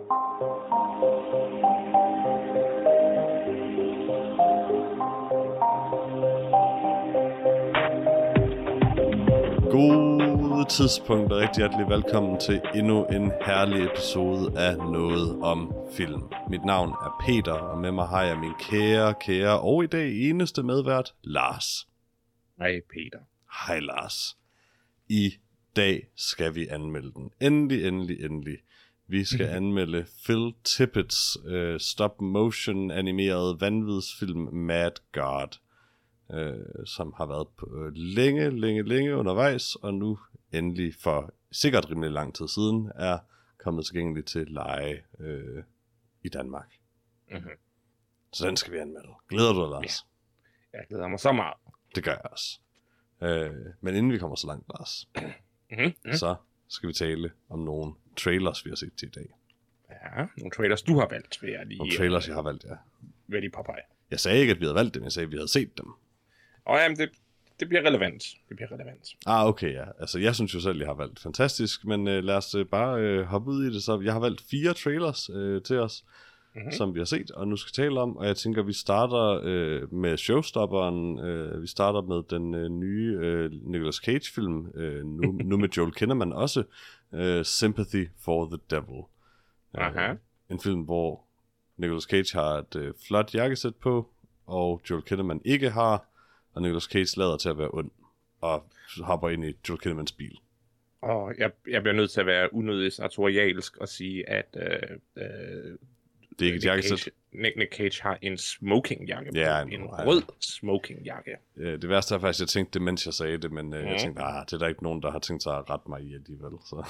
God tidspunkt og rigtig hjertelig velkommen til endnu en herlig episode af Noget om Film. Mit navn er Peter, og med mig har jeg min kære og i dag eneste medvært, Lars. Hej Peter. Hej Lars. I dag skal vi anmelde den. Endelig. Vi skal anmelde Phil Tippett's stop-motion animerede vanvidsfilm Mad God, som har været længe undervejs, og nu endelig for sikkert rimelig lang tid siden er kommet tilgængelig til leje i Danmark. Mm-hmm. Så den skal vi anmelde. Glæder du dig, Lars? Ja. Jeg glæder mig så meget. Det gør jeg også. Men inden vi kommer så langt, Lars, så skal vi tale om nogle trailers, vi har set til i dag. Ja, nogle trailers, du har valgt, vil jeg lige... Nogle trailers, jeg har valgt, ja. Vil jeg lige påpege. Jeg sagde ikke, at vi havde valgt dem, jeg sagde, at vi havde set dem. Jamen, det bliver relevant. Okay, ja. Altså, jeg synes jo selv, jeg har valgt fantastisk, men lad os bare hoppe ud i det. Så jeg har valgt 4 trailers til os, som vi har set, og nu skal tale om, og jeg tænker, vi starter med showstopperen. Vi starter med den nye Nicolas Cage-film, nu med Joel Kinnaman også, Sympathy for the Devil. En film, hvor Nicolas Cage har et flot jakkesæt på, og Joel Kinnaman ikke har, og Nicolas Cage lader til at være ond, og hopper ind i Joel Kinnamans bil. Og jeg bliver nødt til at være unødigt sartorialsk og sige, at det er ikke et jakkesæt. Nick Cage har en smokingjakke på. En rød smokingjakke. Det værste er faktisk, jeg tænkte det, mens jeg sagde det, men jeg tænkte, det er der ikke nogen, der har tænkt sig at rette mig i alligevel, så...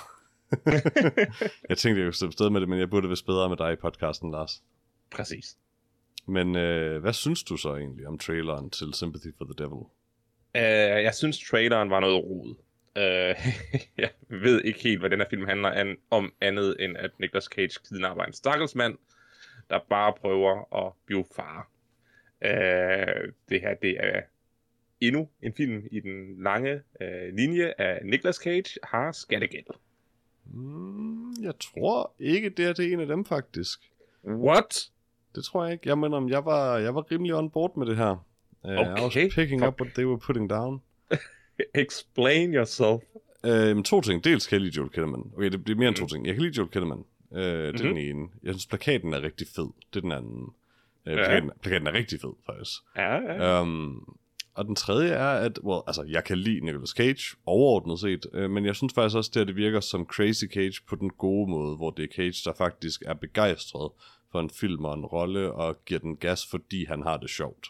Jeg tænkte, jeg kunne slippe sted med det, men jeg burde vist bedre med dig i podcasten, Lars. Præcis. Men hvad synes du så egentlig om traileren til Sympathy for the Devil? Jeg synes, traileren var noget rod. Jeg ved ikke helt, hvad den her film handler om andet, end at Nicolas Cage kidnapper en stakkelsmand, der bare prøver at blive far. Det her, det er endnu en film i den lange linje af Nicolas Cage har skattegæld. Jeg tror ikke, det er en af dem, faktisk. What? Det tror jeg ikke. Jeg mener, jeg var rimelig on board med det her. I was picking up what they were putting down. Explain yourself. 2 ting. Dels kan jeg lide Joel Kinnaman. Okay, det er mere end 2 ting. Jeg kan lide Joel Kinnaman. Det er den ene. Jeg synes, plakaten er rigtig fed. Det er den anden. Plakaten er rigtig fed, faktisk. Ja. Og den tredje er, at jeg kan lide Nicolas Cage overordnet set, men jeg synes faktisk også, at det virker som Crazy Cage på den gode måde, hvor det er Cage, der faktisk er begejstret for en film og en rolle, og giver den gas, fordi han har det sjovt.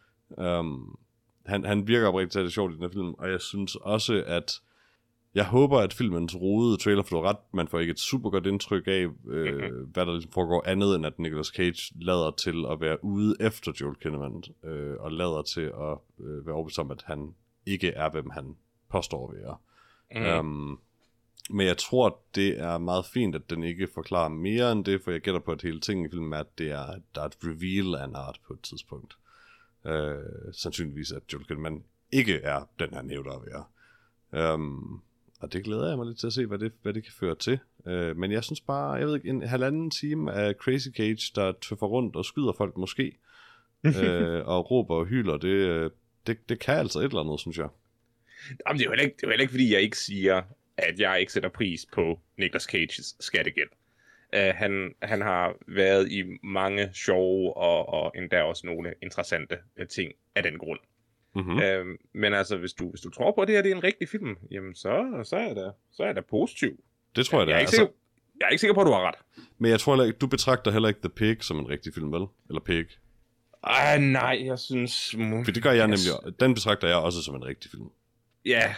Han virker oprigtigt til at det sjovt i den her film, og jeg synes også, at jeg håber, at filmens rodede trailer, for du ret, man får ikke et super godt indtryk af, hvad der ligesom foregår andet, end at Nicolas Cage lader til at være ude efter Joel Kinnaman, og lader til at være overbevist om, at han ikke er, hvem han påstår at være. Men jeg tror, det er meget fint, at den ikke forklarer mere end det, for jeg gætter på, at hele tingen i filmen er, at der er et reveal af en art på et tidspunkt. Sandsynligvis, at Joel Kinnaman ikke er den, han hævder at være. Og det glæder jeg mig lidt til at se, hvad det kan føre til. Men jeg synes bare, jeg ved ikke, en 1,5 time af Crazy Cage, der tøffer rundt og skyder folk måske, og råber og hyler, det kan altså et eller andet, synes jeg. Jamen, det er jo heller ikke, fordi jeg ikke siger, at jeg ikke sætter pris på Nicolas Cages skattegæld. Han har været i mange sjove og endda også nogle interessante ting af den grund. Men altså, hvis du tror på, at det her det er en rigtig film, jamen så er jeg da positiv. Det tror jeg, det er. Jeg er ikke sikker på, at du har ret. Men jeg tror heller ikke, du betragter heller ikke The Pig som en rigtig film, vel? Eller Pig? Nej, jeg synes... For det gør jeg nemlig. Den betragter jeg også som en rigtig film. Ja,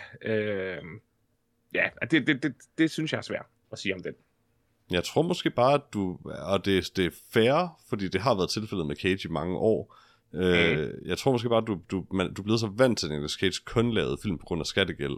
det synes jeg er svært at sige om den. Jeg tror måske bare, at og det er fair, fordi det har været tilfældet med Cage i mange år. Jeg tror måske bare, at du er blevet så vant til, at Nicolas Cage kun lavede film på grund af skattegæld,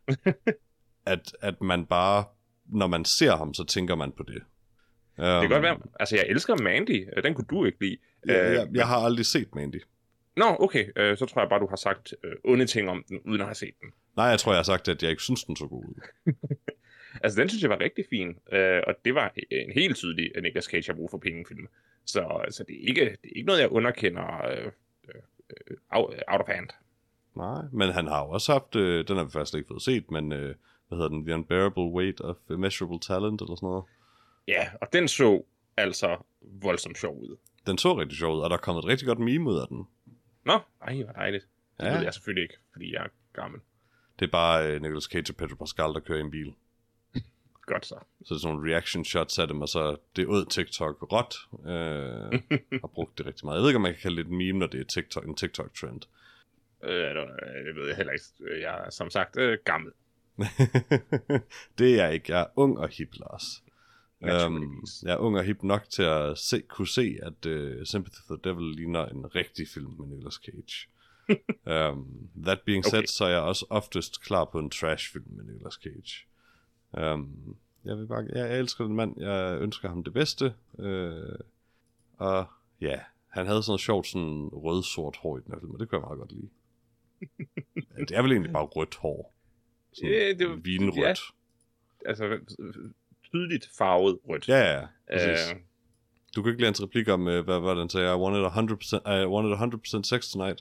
at man bare, når man ser ham, så tænker man på det. Det kan godt være. Altså, jeg elsker Mandy. Den kunne du ikke lide. Jeg har aldrig set Mandy. Nå, okay. Så tror jeg bare, du har sagt onde ting om den, uden at have set den. Nej, jeg tror, jeg har sagt, at jeg ikke synes, den så god ud. Altså, den synes jeg var rigtig fin, og det var en helt tydelig Nicolas Cage har brug for pengefilm. Så det er ikke noget, jeg underkender out of hand. Nej, men han har jo også haft, den har vi faktisk ikke fået set, men hvad hedder den, The Unbearable Weight of Immeasurable Talent, eller sådan noget. Ja, og den så altså voldsomt sjov ud. Den så rigtig sjov ud, og der er kommet et rigtig godt meme ud af den. Nå, ej, hvor dejligt. Det Ja. ved jeg selvfølgelig ikke, fordi jeg er gammel. Det er bare Nicolas Cage og Pedro Pascal, der kører i en bil. Godt så. Så det er sådan nogle reaction shots af dem, og så det ud TikTok råt. Har brugt det rigtig meget. Jeg ved ikke, om man kan kalde det et meme, når det er en TikTok-trend. Det ved jeg heller ikke. Jeg er som sagt gammel. Det er jeg ikke. Jeg er ung og hip, Lars. Naturligvis. Jeg er ung og hip nok til at kunne se, at Sympathy for the Devil ligner en rigtig film med Nicolas Cage. That being said, så er jeg også oftest klar på en trash-film med Nicolas Cage. Jeg elsker den mand. Jeg ønsker ham det bedste. Og ja, han havde sådan noget sjovt, sådan rød-sort hår i den her film, og det kunne jeg meget godt lide. Det er vel egentlig bare rødt hår. Sådan det vinrødt. Ja, altså tydeligt farvet rødt. Ja, præcis. Du kan ikke lade hans replik om, hvad den sagde, I wanted 100% sex tonight.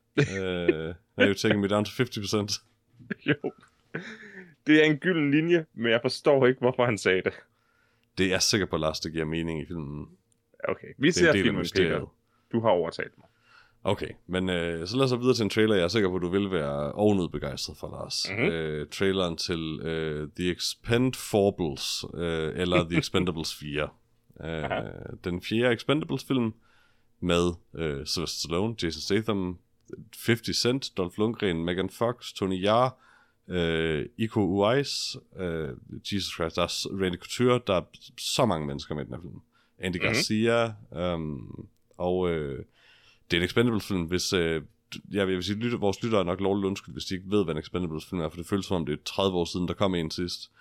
Now you're taking me down to 50%. Jo. Det er en gylden linje, men jeg forstår ikke, hvorfor han sagde det. Det er jeg sikker på, Lars, det giver mening i filmen. Okay, vi ser filmen, Peter. Du har overtalt mig. Okay, men så lad os videre til en trailer, jeg er sikker på, at du vil være ovenud begejstret for, Lars. Mm-hmm. Traileren til The Expendables, eller The Expendables 4. Den fjerde Expendables-film med Sylvester Stallone, Jason Statham, 50 Cent, Dolph Lundgren, Megan Fox, Tony Jaa, Iko Uwais, Jesus Christ, der er Randy Couture, der er så mange mennesker med i den her film. Andy Garcia, og det er en Expendables-film, hvis jeg vil sige, vores lyttere er nok lovligt undskyld, hvis de ikke ved, hvad en Expendables-film er, for det føles som om det er 30 år siden, der kom en sidst.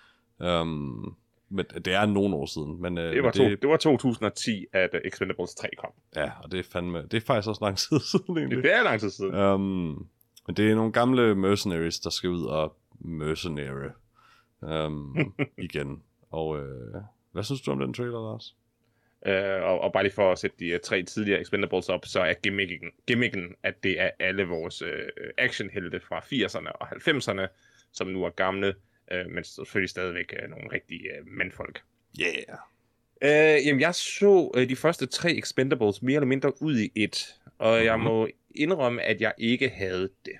Men det er nogle år siden. Men, det var 2010, at Expendables 3 kom. Ja, og det er faktisk også lang tid siden egentlig. Det er lang tid siden. Men det er nogle gamle mercenaries, der skal ud og mercenary igen. Og hvad synes du om den trailer, Lars? Og bare lige for at sætte de 3 tidligere Expendables op, så er gimmicken, at det er alle vores actionhelte fra 80'erne og 90'erne, som nu er gamle, men selvfølgelig stadigvæk nogle rigtige mandfolk. Yeah! Jamen, jeg så de første 3 Expendables mere eller mindre ud i et, og jeg må indrømme, at jeg ikke havde det.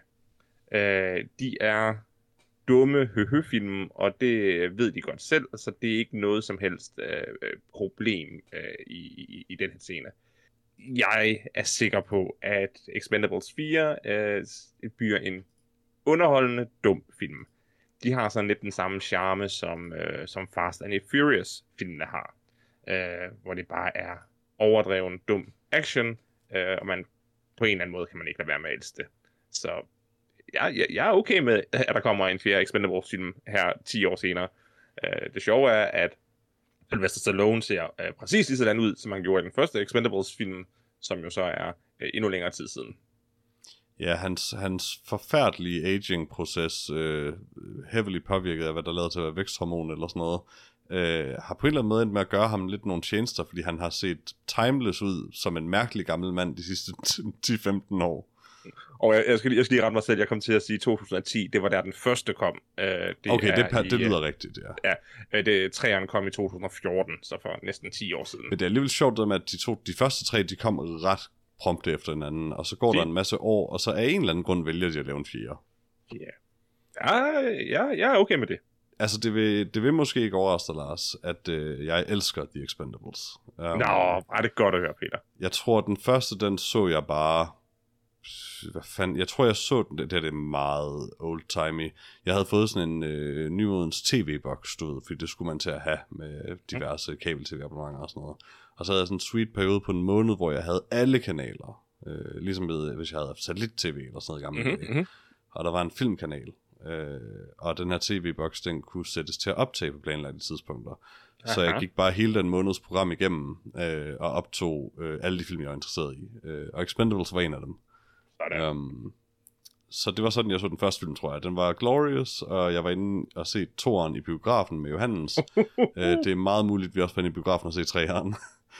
De er dumme høhøfilm, og det ved de godt selv, så det er ikke noget som helst problem i den her scene. Jeg er sikker på, at Expendables 4 bliver en underholdende, dum film. De har sådan lidt den samme charme, som Fast and Furious filmene har, hvor det bare er overdreven, dum action, og man på en eller anden måde kan man ikke lade være med at elske det. Så jeg er okay med, at der kommer en fjerde Expendables-film her 10 år senere. Det sjove er, at Sylvester Stallone ser præcis lige sådan ud, som han gjorde i den første Expendables-film, som jo så er endnu længere tid siden. Ja, hans forfærdelige aging-proces, heavily påvirket af, hvad der lader til at være væksthormon eller sådan noget, har på en eller anden måde med at gøre ham lidt nogle tjenester, fordi han har set timeless ud som en mærkelig gammel mand de sidste 10-15 år. Og jeg skal lige rette mig selv, jeg kom til at sige 2010, det var der den første kom. Det lyder rigtigt, ja. Ja, træerne kom i 2014, så for næsten 10 år siden. Men det er alligevel sjovt, med, at de første 3, de kom ret prompte efter hinanden, og så går der en masse år, og så af en eller anden grund vælger de at lave en 4. Ja, jeg er okay med det. Altså, det vil måske ikke overraske dig, Lars, at jeg elsker The Expendables. Er det godt at høre, Peter. Jeg tror, den første, den så jeg bare... Hvad fanden? Jeg tror, jeg så den. Det er meget old-timey. Jeg havde fået sådan en nymodens tv-boks, fordi det skulle man til at have med diverse kabel-tv-abonnementer og sådan noget. Og så havde jeg sådan en sweet periode på en måned, hvor jeg havde alle kanaler. Ligesom hvis jeg havde satellit-tv eller sådan noget gamle dage. Og der var en filmkanal. Og den her tv-boks, den kunne sættes til at optage på planlagte tidspunkter. Så jeg gik bare hele den måneds program igennem og optog alle de film, jeg var interesseret i. Og Expendables var en af dem. Så det var sådan, jeg så den første film, tror jeg. Den var glorious, og jeg var inde og se toeren i biografen med Johannes. Det er meget muligt, at vi også var inde i biografen og se treeren.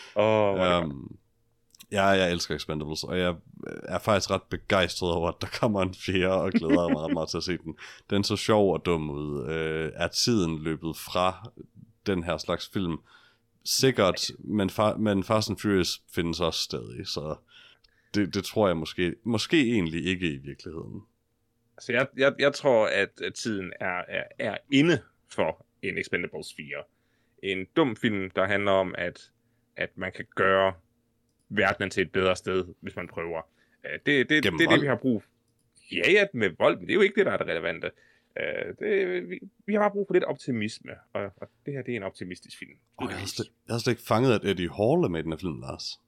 Jeg elsker Expendables, og jeg er faktisk ret begejstret over, at der kommer en fjerde, og glæder mig ret meget til at se den. Den så sjov og dum ud. Er tiden løbet fra den her slags film? Sikkert, men Fast and Furious findes også stadig, så det tror jeg måske egentlig ikke i virkeligheden. Altså jeg tror, at tiden er inde for en Expendables 4. En dum film, der handler om, at man kan gøre verdenen til et bedre sted, hvis man prøver. Det er det, vi har brug for. Ja, med vold, men det er jo ikke det, der er det relevante. Vi har bare brug for lidt optimisme, og det her, det er en optimistisk film. Jeg har slet ikke fanget, at Eddie Hall er med i den her film, Lars.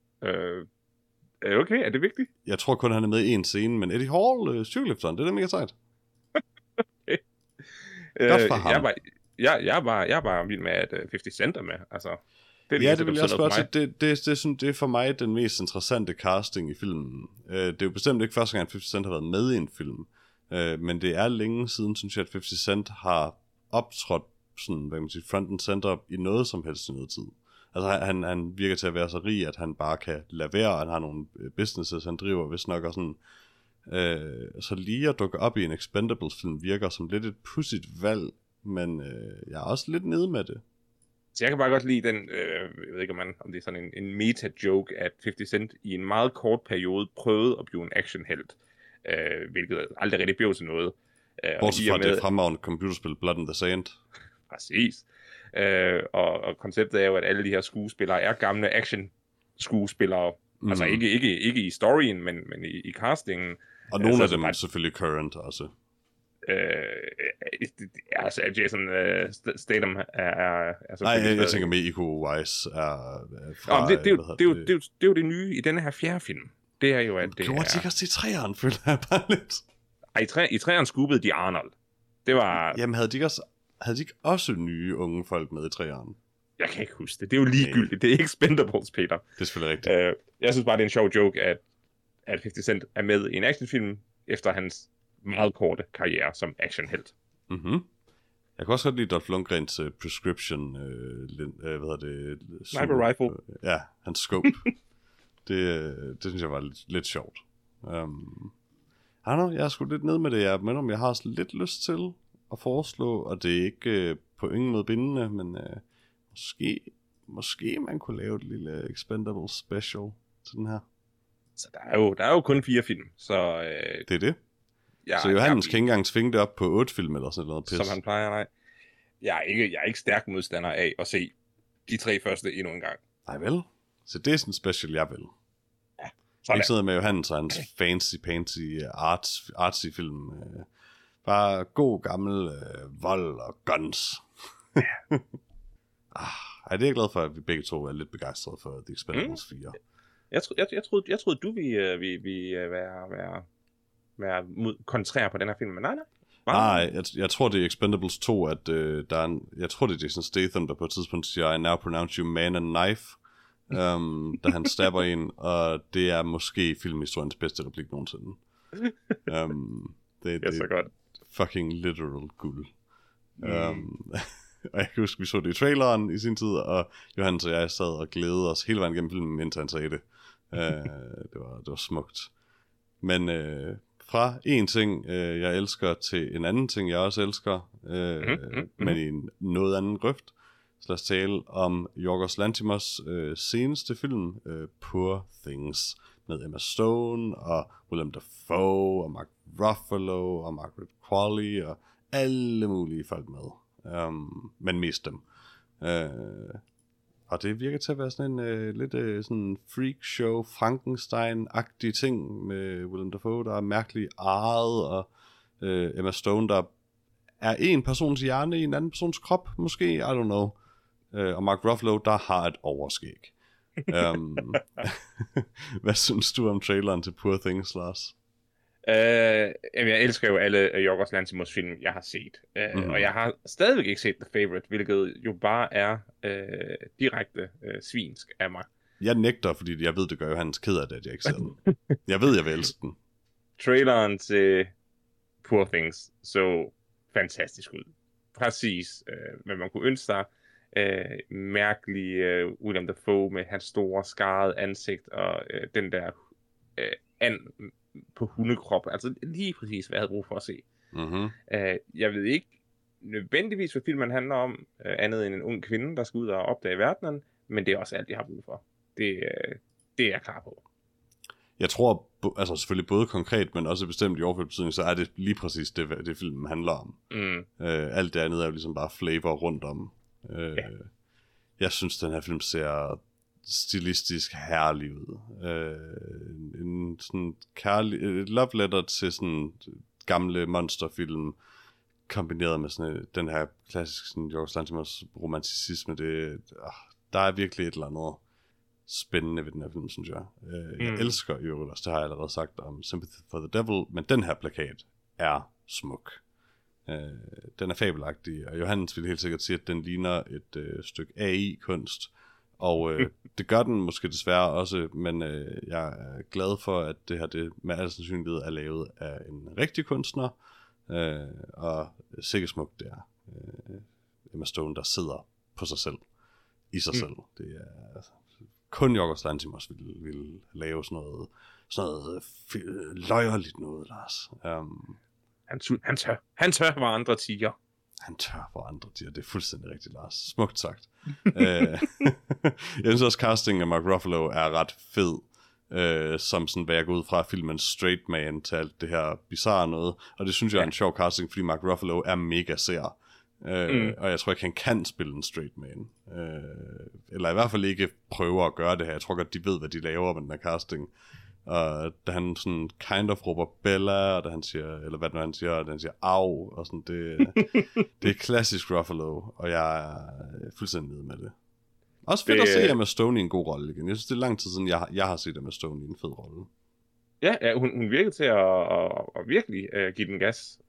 Okay, er det vigtigt? Jeg tror kun, han er med i en scene, men Eddie Hall, cykellifteren, det er da mega sejt. Okay. Godt for ham. Jeg er bare vild med, at 50 Cent er med. Altså, det vil jeg også bare sige. Det er for mig den mest interessante casting i filmen. Det er jo bestemt ikke første gang, at 50 Cent har været med i en film. Men det er længe siden, synes jeg, at 50 Cent har optrådt sådan, hvad kan man sige, front and center i noget som helst i noget tid. Altså han virker til at være så rig, at han bare kan lade være, han har nogle businesses, han driver vist nok og sådan. Så lige at dukke op i en Expendables-film virker som lidt et pudsigt valg, men jeg er også lidt nede med det. Så jeg kan bare godt lide den, jeg ved ikke om det er sådan en meta-joke, at 50 Cent i en meget kort periode prøvede at blive en actionhelt, hvilket aldrig rigtig blev til noget. Bortset fra det fremragende computerspil Blood in the Sand. Præcis. Og konceptet er jo, at alle de her skuespillere er gamle action-skuespillere. Altså ikke i storyen, men i castingen. Og nogle af dem er selvfølgelig current også. Altså Jason Statham er nej, jeg tænker med Iko Uwais er fra... det er jo det nye i denne her fjerde film. Det er jo, at det gjorde de ikke også til træeren, føler jeg bare lidt. I træeren skubbede de Arnold. Det var... Jamen, havde de ikke også nye unge folk med i træeren? Jeg kan ikke huske det. Det er jo ligegyldigt. Det er ikke Expendables, Peter. Det er selvfølgelig rigtigt. Jeg synes bare, det er en sjov joke, at 50 Cent er med i en actionfilm, efter hans meget korte karriere som actionhelt. Mhm. Jeg kan også godt lide Dolph Lundgrens prescription, sniper rifle. Ja, hans scope. det synes jeg var lidt sjovt. Jeg er sgu lidt nede med det. Jeg har også lidt lyst til at foreslå, og det er ikke på ingen måde bindende, men måske man kunne lave et lille Expendables special til den her. Så der er jo kun 4 film, så... det er det? Så Johannes kan ikke engang tvinge det op på 8 film eller sådan noget pis. Som han plejer, nej. Jeg er ikke stærk modstander af at se de 3 første endnu en gang. Nej vel? Så det er sådan en special, jeg vil. Ja, ikke sidder med Johannes og hans fancy artsy film. Bare god gammel vold og guns. Ja. Det er jeg glad for, at vi begge to er lidt begejstrede for The Expendables 4. Jeg troede du ville være kontrær på den her film, men nej. Nej, jeg tror det er Expendables 2, at jeg tror det er Jason Statham, der på et tidspunkt siger, I now pronounce you man and knife, da han stabber en, og det er måske filmhistoriens bedste replik nogensinde. Det er så godt. Fucking literal guld. Og jeg kan huske, vi så det i traileren i sin tid, og Johannes og jeg sad og glædede os hele vejen gennem filmen, indtil han sagde det. Det var smukt. Men fra en ting, jeg elsker, til en anden ting, jeg også elsker, men i en noget anden grøft. Så lad os tale om Yorgos Lanthimos seneste film, Poor Things, med Emma Stone og Willem Dafoe og Mark Ruffalo og Margaret Qualley og alle mulige folk med. Men mest dem. Og det virker til at være sådan en lidt sådan freak show, Frankenstein-agtig ting med Willem Dafoe, der er mærkeligt arret, og Emma Stone, der er en persons hjerne i en anden persons krop, måske, I don't know. Og Mark Ruffalo, der har et overskæg. Hvad synes du om traileren til Poor Things, Lars? Jeg elsker jo alle Yorgos Lanthimos film, jeg har set. Og jeg har stadigvæk ikke set The Favourite, hvilket jo bare er direkte svinsk af mig. Jeg nægter, fordi jeg ved, det gør Johannes ked af det, at jeg ikke ser den. Jeg ved, jeg vil elske den. traileren til Poor Things så fantastisk ud. Præcis, hvad man kunne ønske sig. Mærkelig William Dafoe med hans store skarrede ansigt og den der and på hundekrop. Altså lige præcis, hvad jeg havde brug for at se. Mm-hmm. Jeg ved ikke nødvendigvis, hvad filmen handler om, andet end en ung kvinde, der skal ud og opdage verdenen, men det er også alt, jeg har brug for. Det er jeg klar på. Jeg tror, altså selvfølgelig både konkret, men også bestemt i overført betydning, så er det lige præcis det filmen handler om. Alt det andet er jo ligesom bare flavor rundt om. Jeg synes, den her film ser stilistisk herlig ud. En sådan et love letter til sådan gamle monsterfilm, kombineret med sådan den her klassiske sådan Yorgos Lanthimos romanticisme. Der er virkelig et eller andet spændende ved den her film, synes jeg. Jeg elsker jo også, det har jeg allerede sagt om Sympathy for the Devil, men den her plakat er smuk. Den er fabelagtig, og Johannes vil helt sikkert sige, at den ligner et stykke AI-kunst, og det gør den måske desværre også, men jeg er glad for, at det her det med al sandsynlighed er lavet af en rigtig kunstner, og sikkert smukt det er. Emma Stone, der sidder på sig selv, i sig selv. Det er kun Yorgos Lanthimos ville lave sådan noget løjerligt noget, Lars. Han tør, hvor andre tiger. Han tør, hvor andre tiger. Det er fuldstændig rigtigt, Lars. Smukt sagt. Jeg synes også, castingen af Mark Ruffalo er ret fed. Som sådan, hvad jeg går ud fra filmens straight man til alt det her bizarre noget. Og det synes jeg er en sjov casting, fordi Mark Ruffalo er mega sær. Og jeg tror ikke, han kan spille en straight man. Eller i hvert fald ikke prøver at gøre det her. Jeg tror godt, de ved, hvad de laver med den her casting. Og da han sådan kind of råber Bella, og da han siger, eller hvad han siger, og da han siger au, og sådan, det er klassisk Ruffalo, og jeg er fuldstændig nede med det. Også fedt at se Emma Stone i en god rolle igen. Jeg synes, det er lang tid siden, jeg har set Emma Stone i en fed rolle. Ja, hun virkede til at virkelig give den gas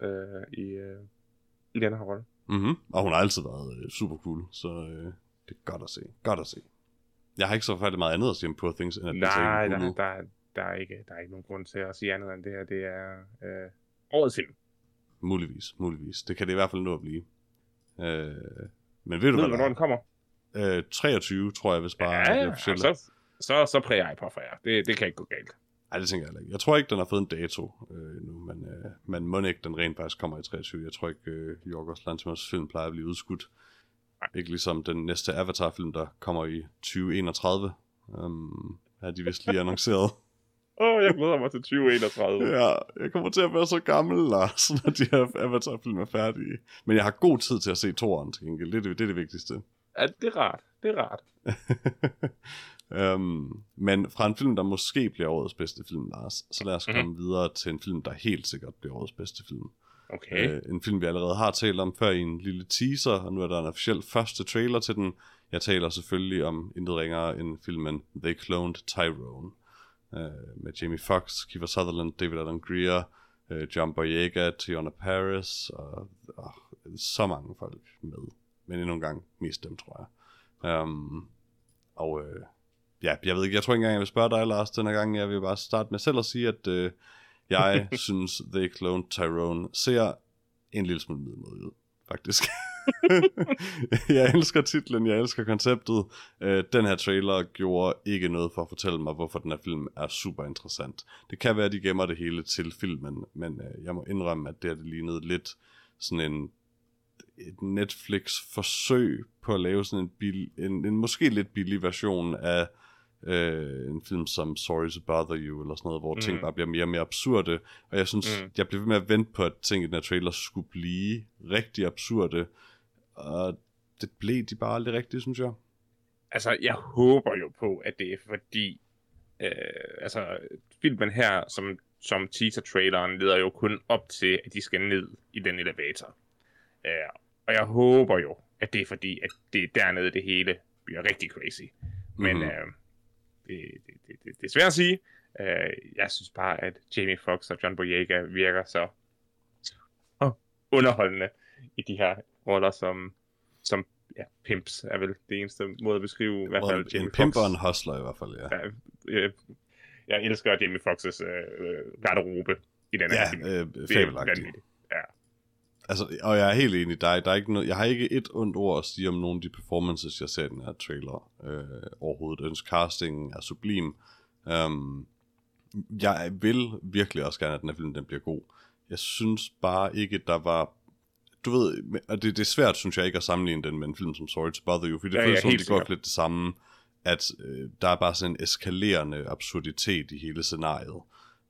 i den her rolle. Mm-hmm. Og hun har altid været super cool, så det er godt at se. Jeg har ikke så forfærdeligt meget andet at sige om Poor Things, end at der er ikke nogen grund til at sige andet end det her. Det er årets film. Muligvis. Det kan det i hvert fald nå at blive. Men ved du, hvornår den kommer? 23, tror jeg, hvis bare det officielle. Så præger jeg på for jer. Det kan ikke gå galt. Nej, det tænker jeg ikke. Jeg tror ikke, den har fået en dato nu, men må ikke, den rent faktisk kommer i 23. Jeg tror ikke, Yorgos Lanthimos film plejer at blive udskudt. Ikke ligesom den næste Avatar-film, der kommer i 2031. Har de vist lige annonceret. Jeg glæder mig til 2031. Ja, jeg kommer til at være så gammel, Lars, når de her Avatar-film er færdige. Men jeg har god tid til at se toeren til gengæld. Det er det vigtigste. Ja, det er rart. Men fra en film, der måske bliver årets bedste film, Lars, så lad os komme videre til en film, der helt sikkert bliver årets bedste film. Okay. En film, vi allerede har talt om før i en lille teaser, og nu er der en officiel første trailer til den. Jeg taler selvfølgelig om intet ringere end filmen They Cloned Tyrone. Med Jamie Foxx, Kiefer Sutherland, David Alan Grier, John Boyega, Teyonah Parris og så mange folk med. Men endnu en gang mest dem, tror jeg. Jeg ved ikke, jeg tror ikke engang, jeg vil spørge dig, Lars, denne gang. Jeg vil bare starte med selv at sige, at jeg synes, They Cloned Tyrone ser en lille smule middelmådig ud, faktisk. Jeg elsker titlen, jeg elsker konceptet. Den her trailer gjorde ikke noget for at fortælle mig, hvorfor den her film er super interessant. Det kan være, at de gemmer det hele til filmen, men jeg må indrømme, at det lignede lidt sådan et Netflix-forsøg på at lave sådan en måske lidt billig version af en film som Sorry to Bother You, eller sådan noget, hvor ting bare bliver mere og mere absurde, og jeg synes, jeg blev ved med at vente på, at ting i den her trailer skulle blive rigtig absurde, og det blev de bare aldrig rigtigt, synes jeg. Altså, jeg håber jo på, at det er fordi, filmen her, som teaser-traileren, leder jo kun op til, at de skal ned i den elevator. Og jeg håber jo, at det er fordi, at det er dernede, det hele bliver rigtig crazy. Men det er svært at sige. Jeg synes bare, at Jamie Foxx og John Boyega virker så underholdende i de her roller, som pimps er vel det eneste måde at beskrive. I hvert fald Jamie en pimp og en hustler i hvert fald, ja. Jeg elsker Jamie Foxx's garderobe. i den her film. Det er fabelagtigt. Ja. Altså, og jeg er helt enig, der er ikke noget, jeg har ikke et ondt ord at sige om nogle af de performances, jeg ser i den her trailer overhovedet. Ønsk castingen er sublim. Jeg vil virkelig også gerne, at den her film den bliver god. Jeg synes bare ikke, der var... Du ved, og det er svært, synes jeg ikke, at sammenligne den med en film som Sorry to Bother You, fordi det føles som, det går lidt det samme, at der er bare sådan en eskalerende absurditet i hele scenariet.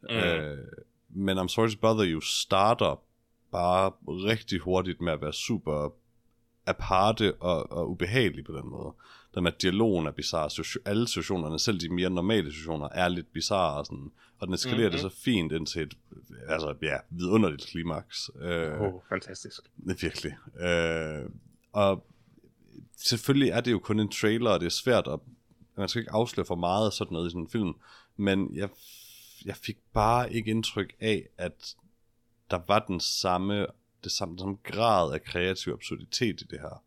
Men I'm Sorry to Bother You starter bare rigtig hurtigt med at være super aparte og ubehagelig på den måde. Der med, at dialogen er bizarre, alle situationerne, selv de mere normale situationer, er lidt bizarre, og, sådan, og den eskalerer det så fint ind til et, altså ja, vidunderligt klimaks. Fantastisk. Virkelig. Og selvfølgelig er det jo kun en trailer, og det er svært at, man skal ikke afsløre for meget af sådan noget i sådan en film, men jeg fik bare ikke indtryk af, at der var den samme grad af kreativ absurditet i det her.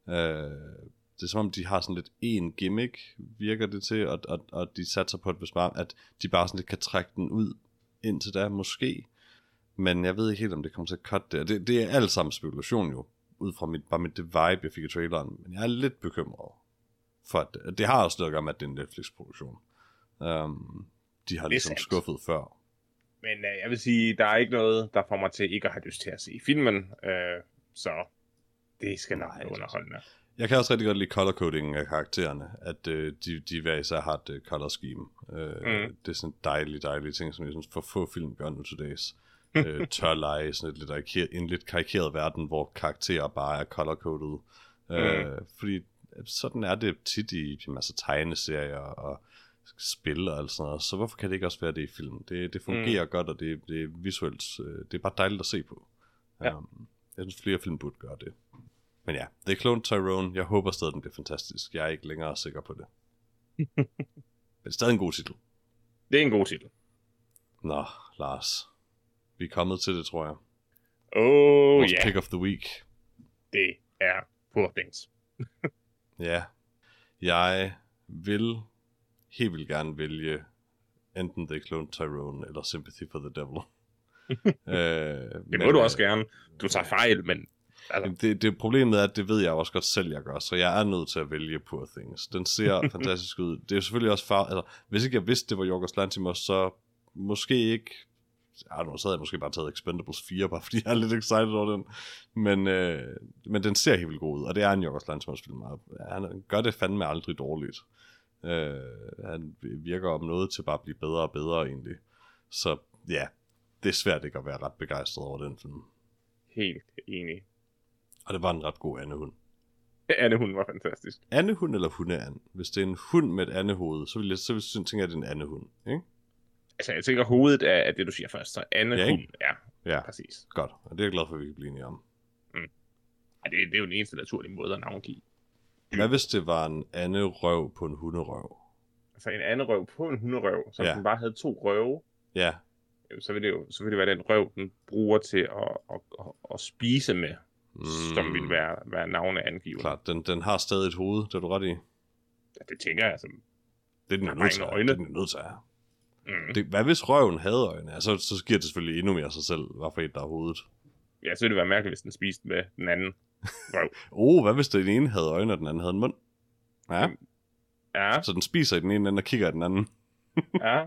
Det er som om, de har sådan lidt en gimmick, virker det til, og de satser på, at de bare sådan lidt kan trække den ud indtil da, måske. Men jeg ved ikke helt, om det kommer til at cut det. Det er alt sammen spekulation jo, ud fra det vibe, jeg fik i traileren. Men jeg er lidt bekymret for, at det har også noget at gøre med, at det er en Netflix-produktion. De har ligesom skuffet før. Men jeg vil sige, der er ikke noget, der får mig til ikke at have lyst til at se filmen. Så det skal nok være underholdende. Jeg kan også rigtig godt lide color coding af karaktererne, at de hver især har et color scheme. Det er sådan dejlige ting, som jeg synes for få film gør nu til dags. Tør lege sådan en lidt karikeret verden, hvor karakterer bare er color coded. Fordi sådan er det tit i masser tegneserier og spil og alt sådan noget. Så hvorfor kan det ikke også være det i film? Det fungerer godt, og det er visuelt. Det er bare dejligt at se på. Ja. Jeg synes flere film burde gøre det. Men ja, The Clone Tyrone, jeg håber stadig, den bliver fantastisk. Jeg er ikke længere sikker på det. Men det er stadig en god titel. Det er en god titel. Nå, Lars. Vi er kommet til det, tror jeg. Vores pick of the week. Det er Poor Things. Ja. Jeg vil helt vildt gerne vælge enten The Clone Tyrone eller Sympathy for the Devil. Det må du også gerne. Du tager fejl, men... Altså. Det problemet er, at det ved jeg også godt selv, jeg gør, så jeg er nødt til at vælge Poor Things. Den ser fantastisk ud. Det er jo selvfølgelig også altså, hvis ikke jeg vidste, det var Yorgos Lanthimos, så måske ikke... så havde jeg måske bare taget Expendables 4, bare fordi jeg er lidt excited over den. Men den ser helt vildt god ud, og det er en Yorgos Lanthimos film. Han gør det fandme aldrig dårligt. Han virker om noget til bare at blive bedre og bedre egentlig. Så ja, det er svært ikke at være ret begejstret over den film. Helt enig. Og det var en ret god andehund. Andehund var fantastisk. Andehund eller hundeand? Hvis det er en hund med et andehoved, så vil jeg tænke, at det er en andehund, ikke? Altså, jeg tænker, hovedet er det, du siger først, så andehund, ja, præcis. Godt, og det er jeg glad for, at vi kan blive enige om. Ja, det er jo den eneste naturlige måde at navngive. Hvad hvis det var en anderøv på en hunderøv? Altså en anderøv på en hunderøv, så den bare havde 2 røve. Ja. Så vil det være den røv, den bruger til at spise med, som vil være navneangivende. Klart, den har stadig et hoved, det er du ret i. Ja, det tænker jeg, altså. Det er den nødt til at have. Hvad hvis røven havde øjne? Altså, så giver det selvfølgelig endnu mere sig selv, hvorfor et der er hovedet. Ja, så ville det være mærkeligt, hvis den spiste med den anden røv. Hvad hvis den ene havde øjne, og den anden havde en mund? Ja. Så den spiser i den ene ende og kigger i den anden. Ja.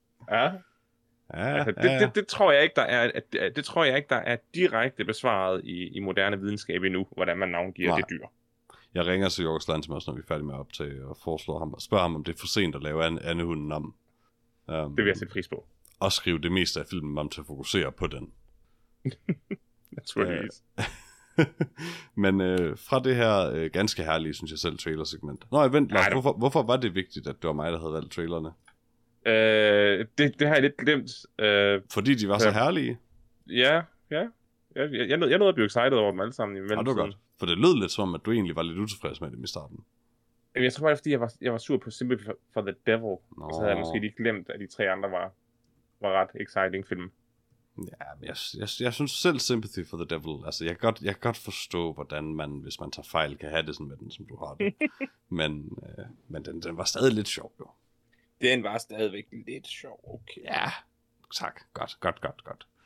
Altså, det tror jeg ikke, der er direkte besvaret i moderne videnskab endnu, hvordan man navngiver det dyr. Jeg ringer til Yorgos Lanthimos, når vi er færdige med at optage, og foreslår ham og spørger ham, om det er for sent at lave andehunden om. Det vil jeg sætte pris på. Og skrive det meste af filmen om til at fokusere på den. Naturligvis. Men fra det her ganske herlige, synes jeg selv, trailersegment. Vent, Lars, hvorfor var det vigtigt, at det var mig, der havde valgt trailerne? Det har jeg lidt glemt. Fordi de var så herlige? Ja. Jeg nåede at blive excited over dem alle sammen i mellemtiden. Det var godt. For det lød lidt som, at du egentlig var lidt utilfreds med dem i starten. Jeg tror bare, det er, fordi jeg var sur på Sympathy for the Devil. Og så havde jeg måske lige glemt, at de 3 andre var ret exciting film. Ja, men jeg synes selv Sympathy for the Devil, altså jeg kan godt forstå, hvordan man, hvis man tager fejl, kan have det sådan med den, som du har det. men den var stadig lidt sjov, jo. Den var stadigvæk lidt sjov, okay. Ja, tak. Godt.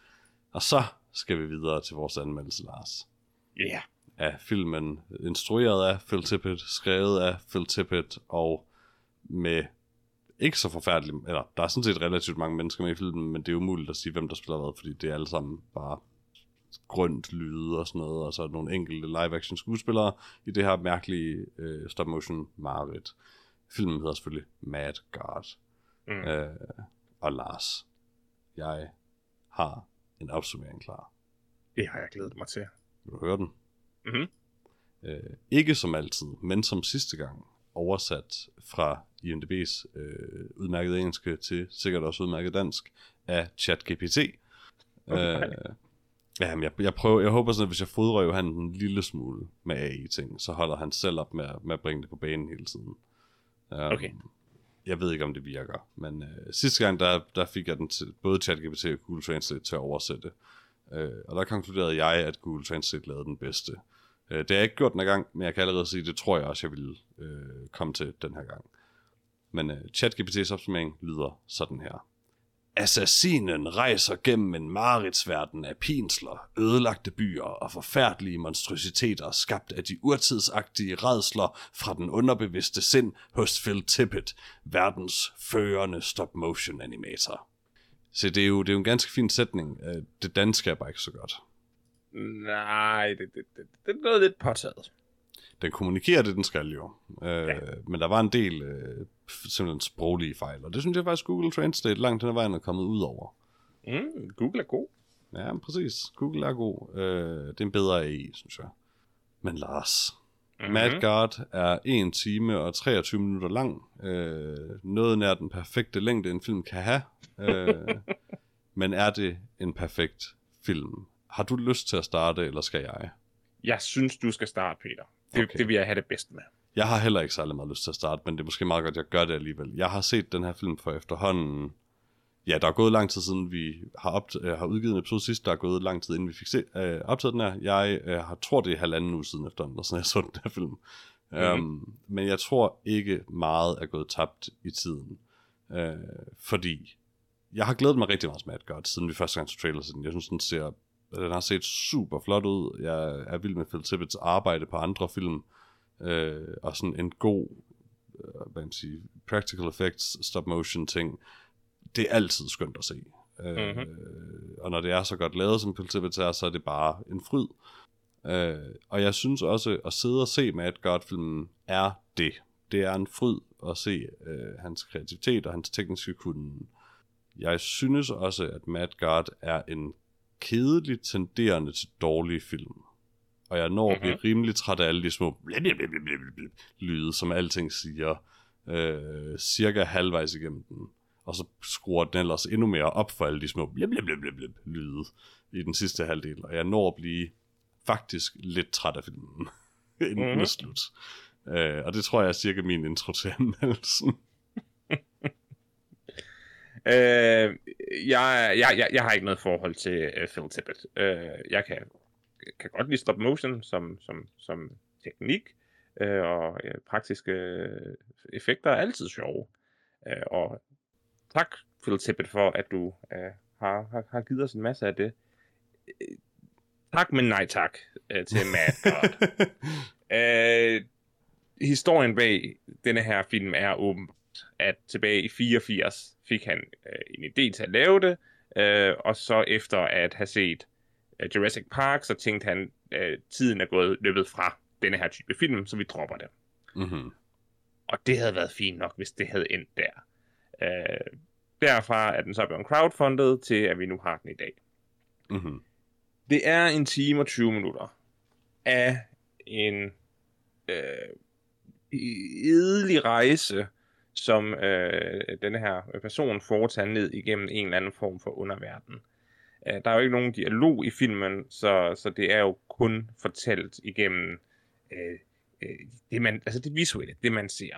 Og så skal vi videre til vores anmeldelse, Lars. Ja. Yeah. Af filmen, instrueret af Phil Tippett, skrevet af Phil Tippett, og med ikke så forfærdeligt, eller der er sådan set relativt mange mennesker med i filmen, men det er umuligt at sige, hvem der spiller hvad, fordi det er alle sammen bare grønt lyde og sådan noget, og så er der nogle enkelte live-action skuespillere i det her mærkelige stop-motion mareridt. Filmen hedder selvfølgelig Mad God. Og Lars, jeg har en opsummering klar. Det har jeg glædet mig til. Vil du høre den? Mhm. Ikke som altid, men som sidste gang, oversat fra IMDb's udmærket engelske til sikkert også udmærket dansk af ChatGPT. Jeg håber sådan, at hvis jeg fodrer Johan en lille smule med AI-ting, så holder han selv op med at bringe det på banen hele tiden. Okay. Jeg ved ikke, om det virker, men sidste gang, der fik jeg den til både ChatGPT og Google Translate til at oversætte. Og der konkluderede jeg, at Google Translate lavede den bedste. Det har jeg ikke gjort den her gang, men jeg kan allerede sige, det tror jeg også, jeg ville komme til den her gang. Men ChatGPT's opsummering lyder sådan her. Assassinen rejser gennem en mareridtsverden af pinsler, ødelagte byer og forfærdelige monstrositeter skabt af de urtidsagtige rædsler fra den underbevidste sind hos Phil Tippett, verdens førende stop-motion animator. Så det er jo en ganske fin sætning. Det danske er bare ikke så godt. Nej, det er noget lidt påtaget. Den kommunikerer det, den skal jo. Men der var en del simpelthen sproglige fejl, og det synes jeg faktisk Google Translate langt hen ad vejen er kommet ud over. Google er god. Ja, præcis. Google er god. Det er en bedre AI, synes jeg. Men Lars, Mad God er 1 time og 23 minutter lang. Noget nær den perfekte længde, en film kan have. Men er det en perfekt film? Har du lyst til at starte, eller skal jeg? Jeg synes, du skal starte, Peter. Det vil jeg have det bedst med. Jeg har heller ikke særlig meget lyst til at starte, men det er måske meget godt, at jeg gør det alligevel. Jeg har set den her film for efterhånden. Ja, der er gået lang tid siden, vi har udgivet en episode sidst. Der er gået lang tid, inden vi fik optaget den her. Jeg tror, det er 1,5 uge siden efterhånden, og sådan jeg så den her film. Men jeg tror ikke meget er gået tabt i tiden. Fordi jeg har glædet mig rigtig meget med God, siden vi første gang så trailer til den. Jeg synes, den har set super flot ud. Jeg er vild med Phil Tippetts arbejde på andre film. Og sådan en god hvad man siger, practical effects, stop motion ting. Det er altid skønt at se. Og når det er så godt lavet, som Phil Tippett er, så er det bare en fryd. Og jeg synes også, at sidde og se Mad God-filmen er det. Det er en fryd at se hans kreativitet og hans tekniske kunnen. Jeg synes også, at Mad God er en kedeligt tenderende til dårlige film. Og jeg når at blive rimelig træt af alle de små lyde, som alting siger, cirka halvvejs igennem den. Og så skruer den ellers endnu mere op for alle de små lyde i den sidste halvdel. Og jeg når at blive faktisk lidt træt af filmen, inden den er slut. Og det tror jeg er cirka min intro til anmeldelsen. Jeg har ikke noget forhold til Phil Tippett. Jeg kan godt lide stop motion som teknik, og praktiske effekter er altid sjove. Og tak, Phil Tippett, for at du har givet os en masse af det. Tak, men nej tak til Mad God. Historien bag denne her film er åben, at tilbage i 84 fik han en idé til at lave det, og så efter at have set Jurassic Park, så tænkte han, tiden er løbet fra denne her type film, så vi dropper det. Og det havde været fint nok, hvis det havde endt der. Derfra er den så blevet crowdfundet til, at vi nu har den i dag. Det er 1 time og 20 minutter af en edelig rejse, som denne her person foretager ned igennem en eller anden form for underverden. Der er jo ikke nogen dialog i filmen, så det er jo kun fortalt igennem det visuelle, det man ser.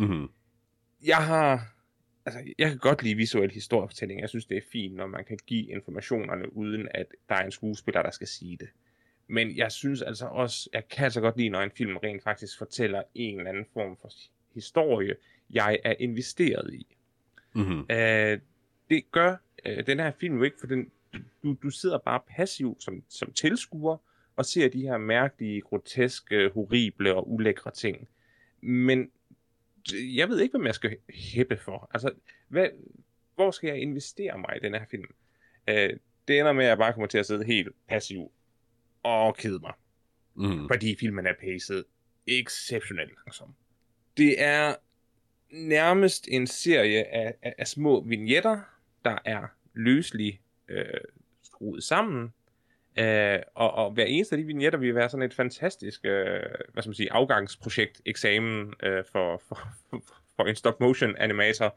Jeg kan godt lide visuel historiefortælling. Jeg synes, det er fint, når man kan give informationerne, uden at der er en skuespiller, der skal sige det. Men jeg synes altså også, jeg kan altså godt lide, når en film rent faktisk fortæller en eller anden form for historie, jeg er investeret i. Det gør den her film jo ikke, for du sidder bare passivt som tilskuer, og ser de her mærkelige, groteske, horrible og ulækre ting. Men jeg ved ikke, hvad jeg skal hæppe for. Altså, hvor skal jeg investere mig i den her film? Det ender med, at jeg bare kommer til at sidde helt passiv og kede mig. Fordi filmen er paced exceptionelt langsomt. Det er nærmest en serie af små vignetter, der er løsligt skruet sammen. Og hver eneste af de vignetter vil være sådan et fantastisk afgangsprojekt, eksamen for en stop-motion animator.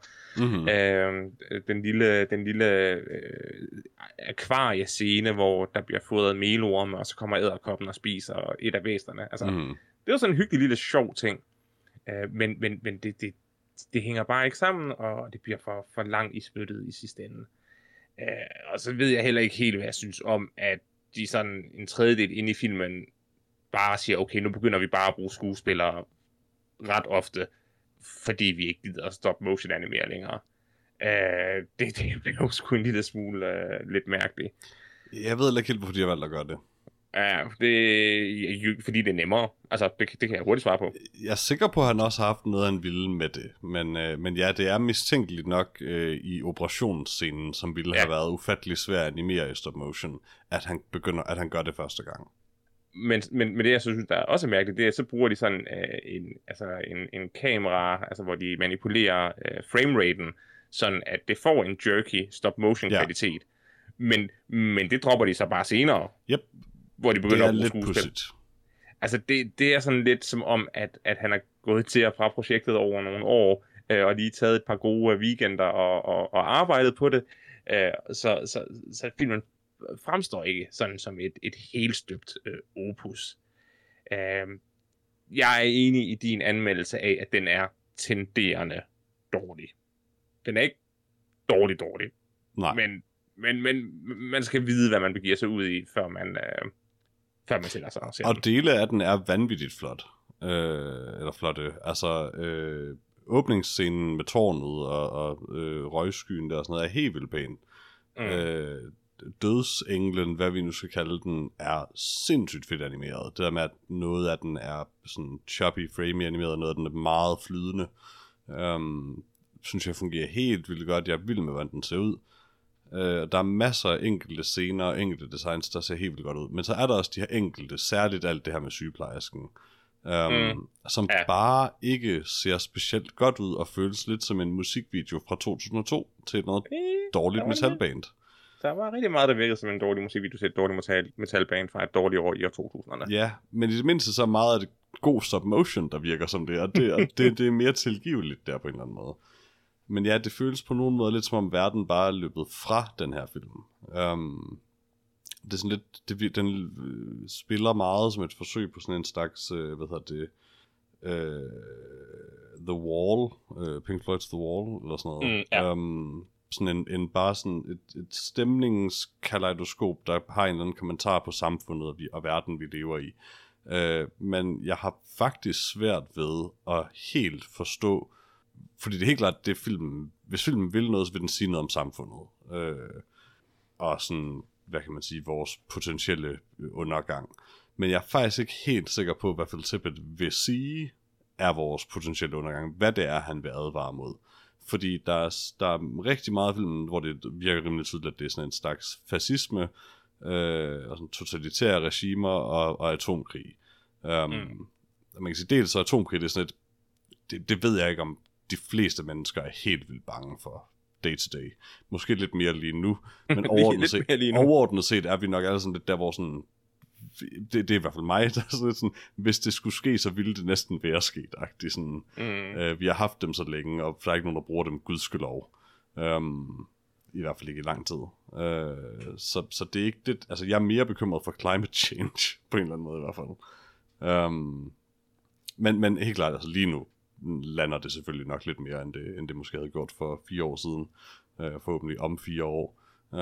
Den lille akvariescene, hvor der bliver fodret melorme, og så kommer edderkoppen og spiser et af væsterne. Altså, det er jo sådan en hyggelig lille sjov ting. Men det hænger bare ikke sammen, og det bliver for langt i spyttet i sidste ende. Og så ved jeg heller ikke helt, hvad jeg synes om, at de sådan en tredjedel inde i filmen bare siger, okay, nu begynder vi bare at bruge skuespillere ret ofte, fordi vi ikke gider at stop motion animere længere. Det bliver jo sgu en lille smule lidt mærkeligt. Jeg ved ikke helt, hvorfor de har valgt at gøre det. Ja, fordi det er nemmere. Altså, det kan jeg hurtigt svare på. Jeg er sikker på, at han også har haft noget, han ville med det. Men ja, det er mistænkeligt nok i operationsscenen, som ville have været ufattelig svær at animere i stop motion, at han gør det første gang. Men det, jeg synes, der er også mærkeligt, det er, at så bruger de sådan en kamera, altså hvor de manipulerer frameraten, sådan at det får en jerky stop-motion-kvalitet. Men det dropper de så bare senere. Yep. Hvor de begynder at bruge skuespil. Pudsigt. Altså, det er sådan lidt som om, at han har gået til og fra projektet over nogle år, og lige taget et par gode weekender og arbejdet på det. Så filmen fremstår ikke sådan som et helt støbt opus. Jeg er enig i din anmeldelse af, at den er tenderende dårlig. Den er ikke dårlig. Nej. Men man skal vide, hvad man begiver sig ud i, før man sætter sig og ser og dele af den er vanvittigt flot. Eller flotte. Altså, åbningsscenen med tårnet og røgskyen der og sådan noget er helt vildt pæn. Dødsenglen, hvad vi nu skal kalde den, er sindssygt fedt animeret. Det der med, at noget af den er sådan choppy, framey animeret, noget af den er meget flydende. Synes jeg fungerer helt vildt godt. Jeg er vild med, hvordan den ser ud. Der er masser af enkelte scener og enkelte designs, der ser helt vildt godt ud. Men så er der også de her enkelte, særligt alt det her med sygeplejersken, som bare ikke ser specielt godt ud og føles lidt som en musikvideo fra 2002 til noget dårligt metalband. Der var rigtig meget, der virkede som en dårlig musikvideo til et dårligt metalband fra et dårligt år i år 2000'erne. Ja, men i det mindste så er meget af det god stop motion, der virker som det, og det er mere tilgiveligt der på en eller anden måde. Men ja, det føles på nogen måde lidt som om verden bare er løbet fra den her film. Det er sådan lidt, den spiller meget som et forsøg på sådan en slags, The Wall, Pink Floyd's The Wall, eller sådan noget. Sådan bare sådan et stemningskaleidoskop, der har en eller anden kommentar på samfundet og verden, vi lever i. Men jeg har faktisk svært ved at helt forstå, fordi det er helt klart, det filmen, hvis filmen vil noget, så vil den sige noget om samfundet. Og sådan, hvad kan man sige, vores potentielle undergang. Men jeg er faktisk ikke helt sikker på, hvad Phil Tippett vil sige, er vores potentielle undergang. Hvad det er, han vil advare mod. Fordi der er rigtig meget af filmen, hvor det virker rimelig tydeligt, at det er sådan en slags fascisme, og sådan totalitære regimer og atomkrig. Man kan sige, dels så atomkrig, det er sådan et, det ved jeg ikke, om de fleste mennesker er helt vildt bange for day to day. Måske lidt mere lige nu, men overordnet set er vi nok alle sådan lidt der, hvor sådan, det er i hvert fald mig, der er sådan, hvis det skulle ske, så ville det næsten være sket. Sådan, vi har haft dem så længe, og der er ikke nogen, der bruger dem, gudskelov. I hvert fald ikke i lang tid. Så det er ikke det, altså jeg er mere bekymret for climate change, på en eller anden måde i hvert fald. Men helt klart, altså lige nu lander det selvfølgelig nok lidt mere, end det måske havde gjort for 4 år siden. Forhåbentlig om 4 år.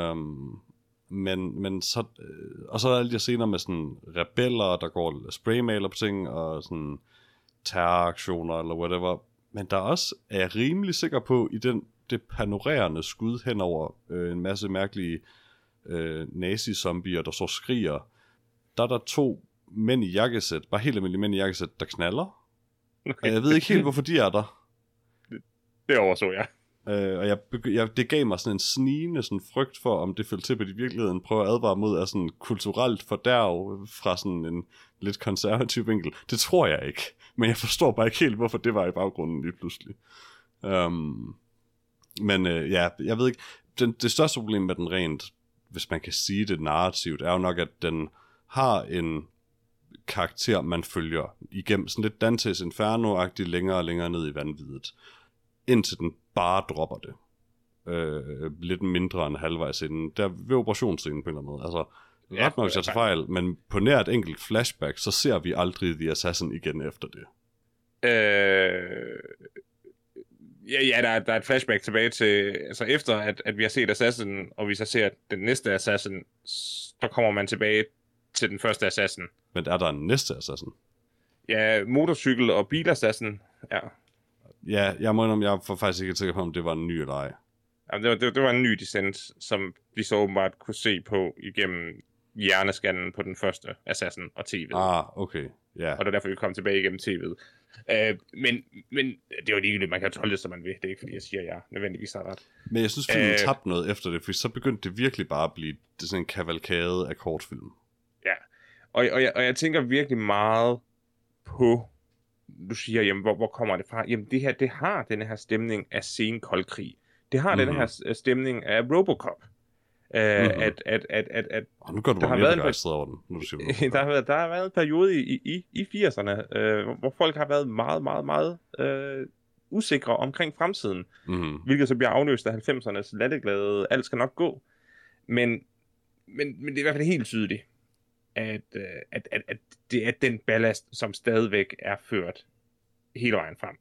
Men så, og så er der alle de scener med sådan rebeller, der går spraymaler på ting, og sådan terroraktioner, eller whatever. Men der også er jeg rimelig sikker på, i det panorerende skud hen over en masse mærkelige nazi-zombier, der så skriger. Der er der 2 mænd i jakkesæt, bare helt almindelige mænd i jakkesæt, der knaller. Okay. Og jeg ved ikke helt, hvorfor de er der. Det overså jeg. Og det gav mig sådan en snigende sådan frygt for, om det følte til, at de i virkeligheden prøver at advare mod af sådan kulturelt fordærv fra sådan en lidt konservativ vinkel. Det tror jeg ikke. Men jeg forstår bare ikke helt, hvorfor det var i baggrunden lige pludselig. Jeg ved ikke. Det største problem med den rent, hvis man kan sige det narrativt, er jo nok, at den har en karakter, man følger igennem sådan lidt Dantes Inferno-agtigt længere og længere ned i vanviddet, indtil den bare dropper det. Lidt mindre end halvvejs inden. Der ved operationsscenen på en eller anden måde. Altså, ret nok, hvis jeg tager fejl, men på nær et enkelt flashback, så ser vi aldrig The Assassin igen efter det. Der er et flashback tilbage til, altså efter at vi har set Assassin, og vi så ser den næste Assassin, så kommer man tilbage til den første Assassin. Men er der en næste Assassin? Ja, motorcykel og bilassassin, ja. Ja, jeg må indrømme, jeg var faktisk ikke sikker på, om det var en ny eller ej. Ja, det var en ny Descent, som vi så åbenbart kunne se på igennem hjerneskannen på den første Assassin og TV'et. Okay, ja. Yeah. Og det er derfor, vi kom tilbage igennem TV'et. Men det er jo ligegyldigt, man kan tolke det, som man vil. Det er ikke, fordi jeg siger, at jeg nødvendigvis har ret. Men jeg synes, filmen tabte noget efter det, for så begyndte det virkelig bare at blive sådan en kavalkade af kortfilm. Ja, og jeg tænker virkelig meget på, du siger, jamen, hvor kommer det fra? Jamen, det har den her stemning af sen kold krig. Det har den her stemning af Robocop. Nu går du bare mere begejstret over den, når du siger Robocop. Der har været en periode i 80'erne, hvor folk har været meget, meget, meget usikre omkring fremtiden. Hvilket så bliver afløst af 90'ernes latteglade, alt skal nok gå. Men det er i hvert fald helt tydeligt, at det er den ballast, som stadigvæk er ført hele vejen frem.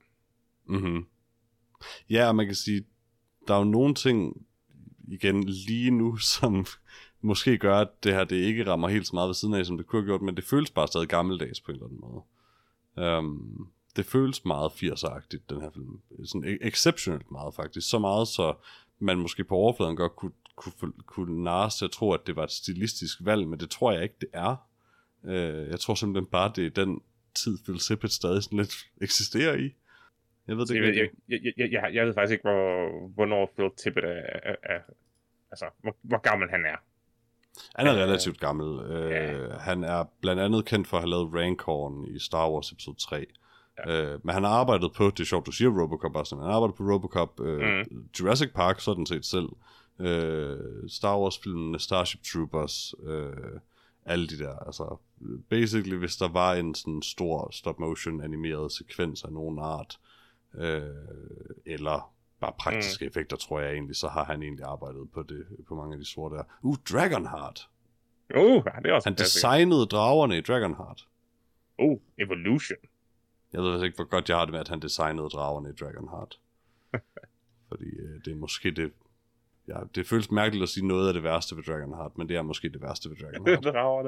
Ja, og man kan sige, der er jo nogle ting igen lige nu, som måske gør, at det her det ikke rammer helt så meget ved siden af, som det kunne have gjort, men det føles bare stadig gammeldags på en eller anden måde. Det føles meget 80'er-agtigt, den her film. Sådan exceptionelt meget faktisk. Så meget, så man måske på overfladen godt kunne narres til at tro, at det var et stilistisk valg, men det tror jeg ikke, det er. Jeg tror simpelthen bare, det er den tid, Phil Tippett stadig sådan lidt eksisterer i. Jeg ved det ikke. Jeg ved faktisk ikke, hvornår Phil Tippett er altså, hvor gammel han er. Han er relativt gammel. Han er blandt andet kendt for at have lavet Rancorn i Star Wars episode 3. Ja. Men han har arbejdet på, det er sjovt, du siger Robocop også, han har arbejdet på Robocop, Jurassic Park sådan set selv, Star Wars-filmene, Starship Troopers, alle de der, altså basically hvis der var en sådan stor stop-motion animeret sekvens af nogen art, eller bare praktiske effekter, tror jeg egentlig, så har han egentlig arbejdet på det, på mange af de store der. Dragonheart! Ja, det er også han designede dragerne i Dragonheart. Evolution. Jeg ved ikke, hvor godt jeg har det med, at han designede dragerne i Dragonheart. Fordi det er måske det... Ja, det føles mærkeligt at sige noget af det værste ved Dragonheart, men det er måske det værste ved Dragonheart. Dragerne.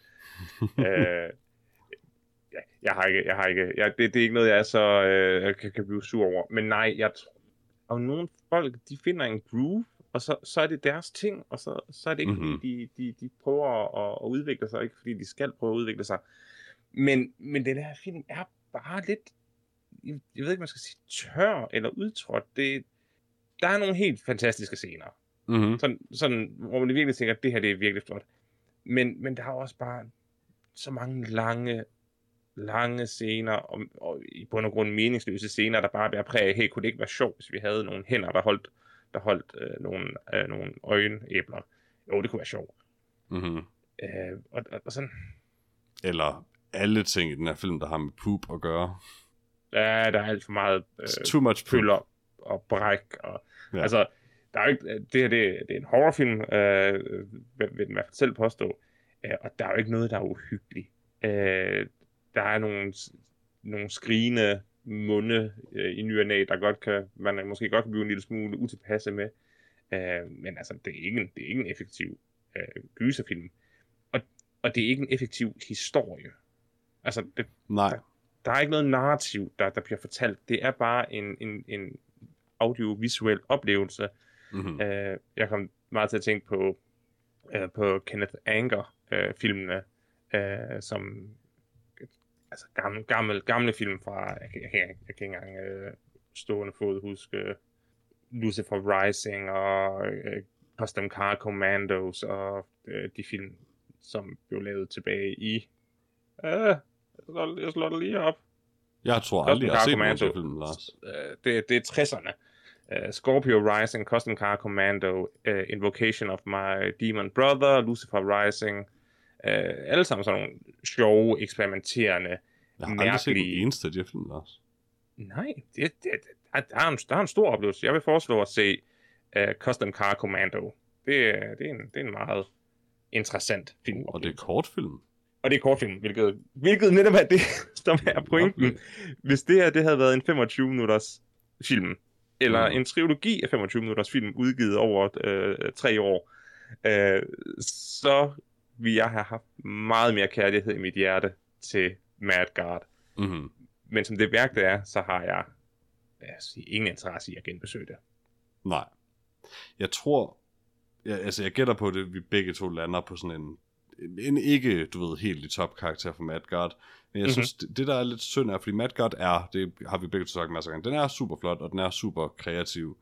Jeg har ikke... Det er ikke noget, jeg er så... kan blive sur over. Men nej, og nogle folk, de finder en groove, og så er det deres ting, og så er det ikke, fordi de prøver at udvikle sig, ikke fordi de skal prøve at udvikle sig. Men den her film er bare lidt, jeg ved ikke, man skal sige tør eller udtrådt. Der er nogle helt fantastiske scener. Sådan, hvor man virkelig tænker, at det her det er virkelig flot. Men der er også bare så mange lange scener, og i bund og grund meningsløse scener, der bare bliver præget. Hey, kunne det ikke være sjovt, hvis vi havde nogle hænder, der holdt nogle øjenæbler? Jo, det kunne være sjovt. Og sådan... Eller alle ting i den her film, der har med poop at gøre. Ja, der er alt for meget too much pøller og bræk. Og, altså, der er jo ikke, det her det er en horrorfilm, vil den i hvert fald selv påstå. Og der er jo ikke noget, der er uhyggeligt. Der er nogle skrigende munde i ny og næ, der man måske godt kan blive en lille smule utilpasse med. Men altså, det er ikke en effektiv gyserfilm. Og det er ikke en effektiv historie. Altså, der er ikke noget narrativ, der bliver fortalt. Det er bare en audiovisuel oplevelse. Jeg kom meget til at tænke på på Kenneth Anger-filmene, som altså gamle film fra, jeg kan ikke engang stående fod huske Lucifer Rising og Custom Car Commandos og de film, som blev lavet tilbage i... jeg slår det lige op. Jeg tror aldrig, jeg har set nogen af filmen, Lars. Det er 60'erne. Scorpio Rising, Custom Car Commando, Invocation of My Demon Brother, Lucifer Rising. Alle sammen sådan nogle sjove, eksperimenterende, jeg har aldrig set den eneste af de her film, Lars. Nej, der er en stor oplevelse. Jeg vil foreslå at se Custom Car Commando. Det er en meget interessant film. Og det er kortfilm. Og det er kortfilm, hvilket netop er det, som er pointen. Okay. Hvis det her, det havde været en 25-minutters film, eller en trilogi af 25-minutters film, udgivet over 3 år, så ville jeg have haft meget mere kærlighed i mit hjerte til Midgard. Mm-hmm. Men som det værk det er, så har jeg ingen interesse i at genbesøge det. Nej. Jeg tror, jeg gætter på det, vi begge to lander på sådan en ikke, du ved, helt i top karakter for Midgard. Men jeg synes, det der er lidt synd er, fordi Midgard er, det har vi begge to sagt masser af gange, den er super flot, og den er super kreativ.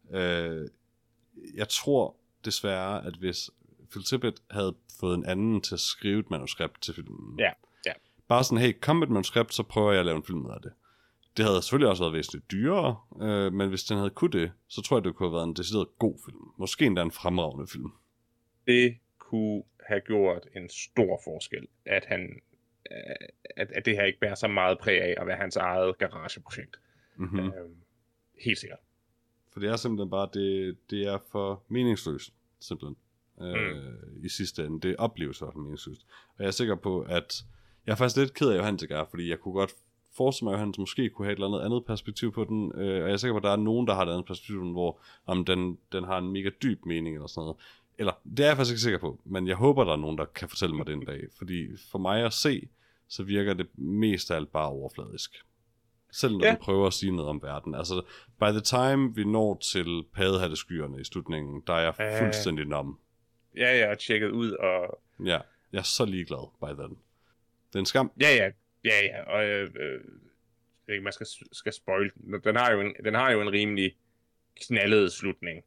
Jeg tror desværre, at hvis Phil Tippett havde fået en anden til at skrive et manuskript til filmen. Ja. Bare sådan, hey, kom med et manuskript, så prøver jeg at lave en film ud af det. Det havde selvfølgelig også været væsentligt dyrere, men hvis den havde kunne det, så tror jeg, det kunne have været en decideret god film. Måske endda en fremragende film. Det kunne have gjort en stor forskel, at at det her ikke bærer så meget præg af at være hans eget garageprojekt. Mm-hmm. Helt sikkert. For det er simpelthen bare, det er for meningsløst, simpelthen. I sidste ende. Det opleves også meningsløst. Og jeg er sikker på, at jeg er faktisk lidt ked af Johannes ikke er, fordi jeg kunne godt forestille mig, at Johannes måske kunne have et eller andet perspektiv på den. Og jeg er sikker på, at der er nogen, der har et andet perspektiv på den, hvor den har en mega dyb mening eller sådan noget. Eller, det er jeg faktisk ikke sikker på, men jeg håber, der er nogen, der kan fortælle mig det en dag. Fordi for mig at se, så virker det mest af alt bare overfladisk. Selv når den prøver at sige noget om verden. Altså, by the time vi når til Paddehatteskyerne i slutningen, der er jeg fuldstændig nom. Ja, jeg har tjekket ud, og... Ja, jeg er så ligeglad by then. Det er en skam. Ja, og ikke, man skal spoil. Den har jo en rimelig knaldet slutning,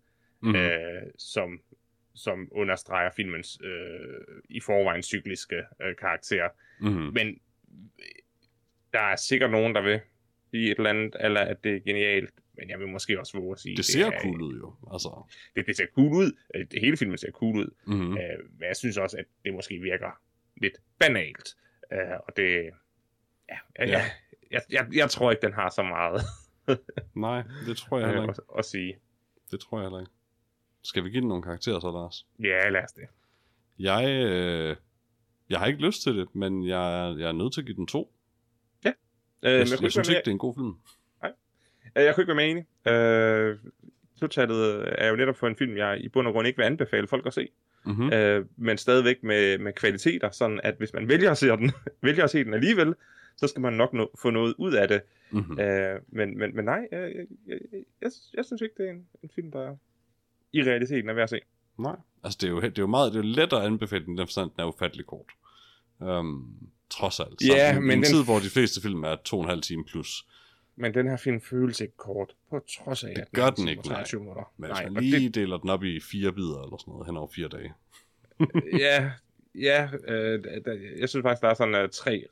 som understreger filmens i forvejen cykliske karakter. Mm-hmm. Men der er sikkert nogen, der vil sige et eller andet, eller at det er genialt, men jeg vil måske også våge at sige... Det ser cool ud jo, altså. Det ser cool ud. Det hele filmen ser cool ud. Mm-hmm. Men jeg synes også, at det måske virker lidt banalt. Og det... Jeg tror ikke, den har så meget. Nej, det tror jeg heller ikke. At sige. Det tror jeg heller ikke. Skal vi give den nogle karakterer så, Lars? Ja, lad os det. Jeg har ikke lyst til det, men jeg er nødt til at give den 2. Ja. Jeg synes ikke, det er en god film. Nej. Jeg kunne ikke være med enig. Totallet er jo netop for en film, jeg i bund og grund ikke vil anbefale folk at se. Mm-hmm. Men stadigvæk med kvaliteter, sådan at hvis man vælger at se den alligevel, så skal man nok få noget ud af det. Mm-hmm. Men nej, jeg synes ikke, det er en film, der i realiteten er værd at se. Nej, altså det er jo let at anbefale den forstand, den er ufattelig kort. Trods alt. Ja, men en tid, hvor de fleste film er 2,5 timer plus. Men den her film føles ikke kort, på trods af, det gør den ikke, nej. Men hvis man lige deler den op i 4 bidder, eller sådan noget, hen over 4 dage. Jeg synes faktisk, der er sådan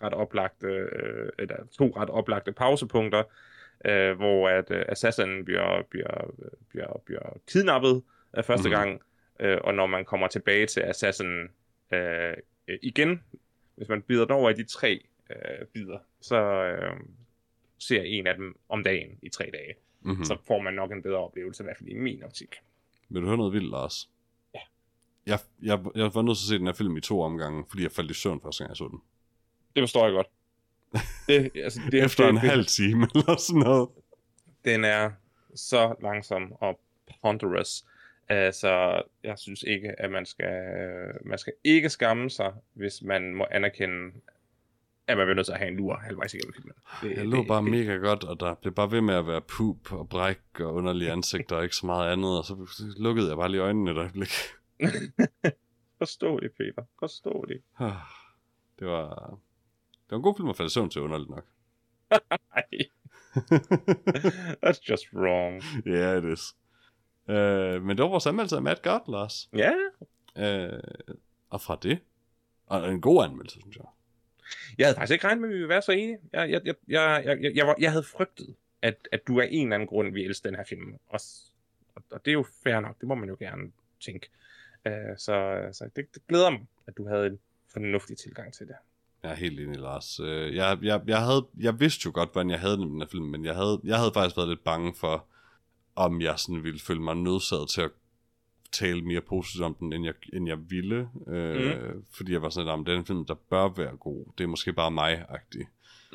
2 ret oplagte pausepunkter, hvor at assassinen bliver kidnappet første gang, og når man kommer tilbage til assassinen igen, hvis man bider den over i de 3 bidder, så ser en af dem om dagen i 3 dage. Mm-hmm. Så får man nok en bedre oplevelse, i hvert fald i min optik. Vil du høre noget vildt, Lars? Ja. Jeg var nødt til at se den her film i 2 omgange, fordi jeg faldt i søvn første gang, jeg så den. Det forstår jeg godt. Efter en halv time eller sådan noget. Den er så langsom og ponderous. Så jeg synes ikke, at man skal ikke skamme sig, hvis man må anerkende, at man bliver nødt til at have en lur halvvejs igennem filmen. Jeg lå bare mega godt, og der blev bare ved med at være pup og bræk og underlige ansigter og ikke så meget andet, og så lukkede jeg bare lige øjnene et øjeblik. Forstå det, Peter. Forstå det. Det var en god film at falde i søvn til, underligt nok. Ej. That's just wrong. Yeah, it is. Men det var vores anmeldelse af Mad God, Lars. Ja. Og fra det. Og en god anmeldelse, synes jeg. Jeg havde faktisk ikke regnet med, at vi ville være så enige. Jeg havde frygtet, at du af en eller anden grund vil elske den her film. Og det er jo fair nok. Det må man jo gerne tænke. Så det glæder mig, at du havde en fornuftig tilgang til det. Jeg er helt enig, Lars. Jeg vidste jo godt, hvordan jeg havde den her film, men jeg havde faktisk været lidt bange for, om jeg sådan ville føle mig nødsaget til at tale mere positivt om den, end jeg ville. Fordi jeg var sådan, at den film, der bør være god. Det er måske bare mig-agtig.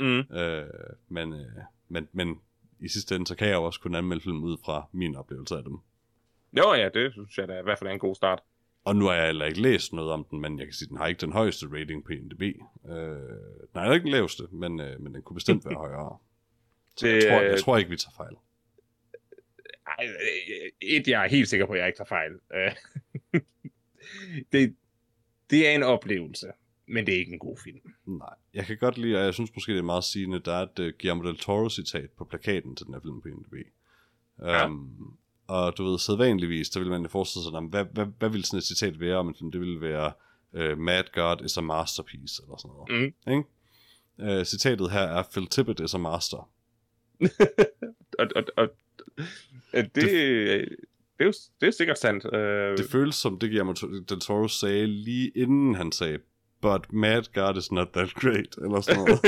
Men i sidste ende, så kan jeg jo også kunne anmelde film ud fra min oplevelse af dem. Jo, ja, det synes jeg da i hvert fald er en god start. Og nu har jeg heller ikke læst noget om den, men jeg kan sige, at den har ikke den højeste rating på IMDb. Nej, ikke den laveste, men den kunne bestemt være højere. Så jeg tror ikke, vi tager fejl. Jeg er helt sikker på, at jeg ikke tager fejl. Det er en oplevelse, men det er ikke en god film. Nej, jeg kan godt lide, og jeg synes måske, det er meget sigende, der er et Guillermo del Toro-citat på plakaten til den her film på IMDb. Ja. Og du ved, sædvanligvis, der vil man forestille sig, hvad vil sådan et citat være om en film? Det ville være, Mad God is a masterpiece, eller sådan noget. Ikke? Citatet her er, Phil Tippett is a master. Det er jo sikkert sandt. Det føles som det Guillermo del Toro sagde lige inden han sagde, but Mad God is not that great, eller sådan noget.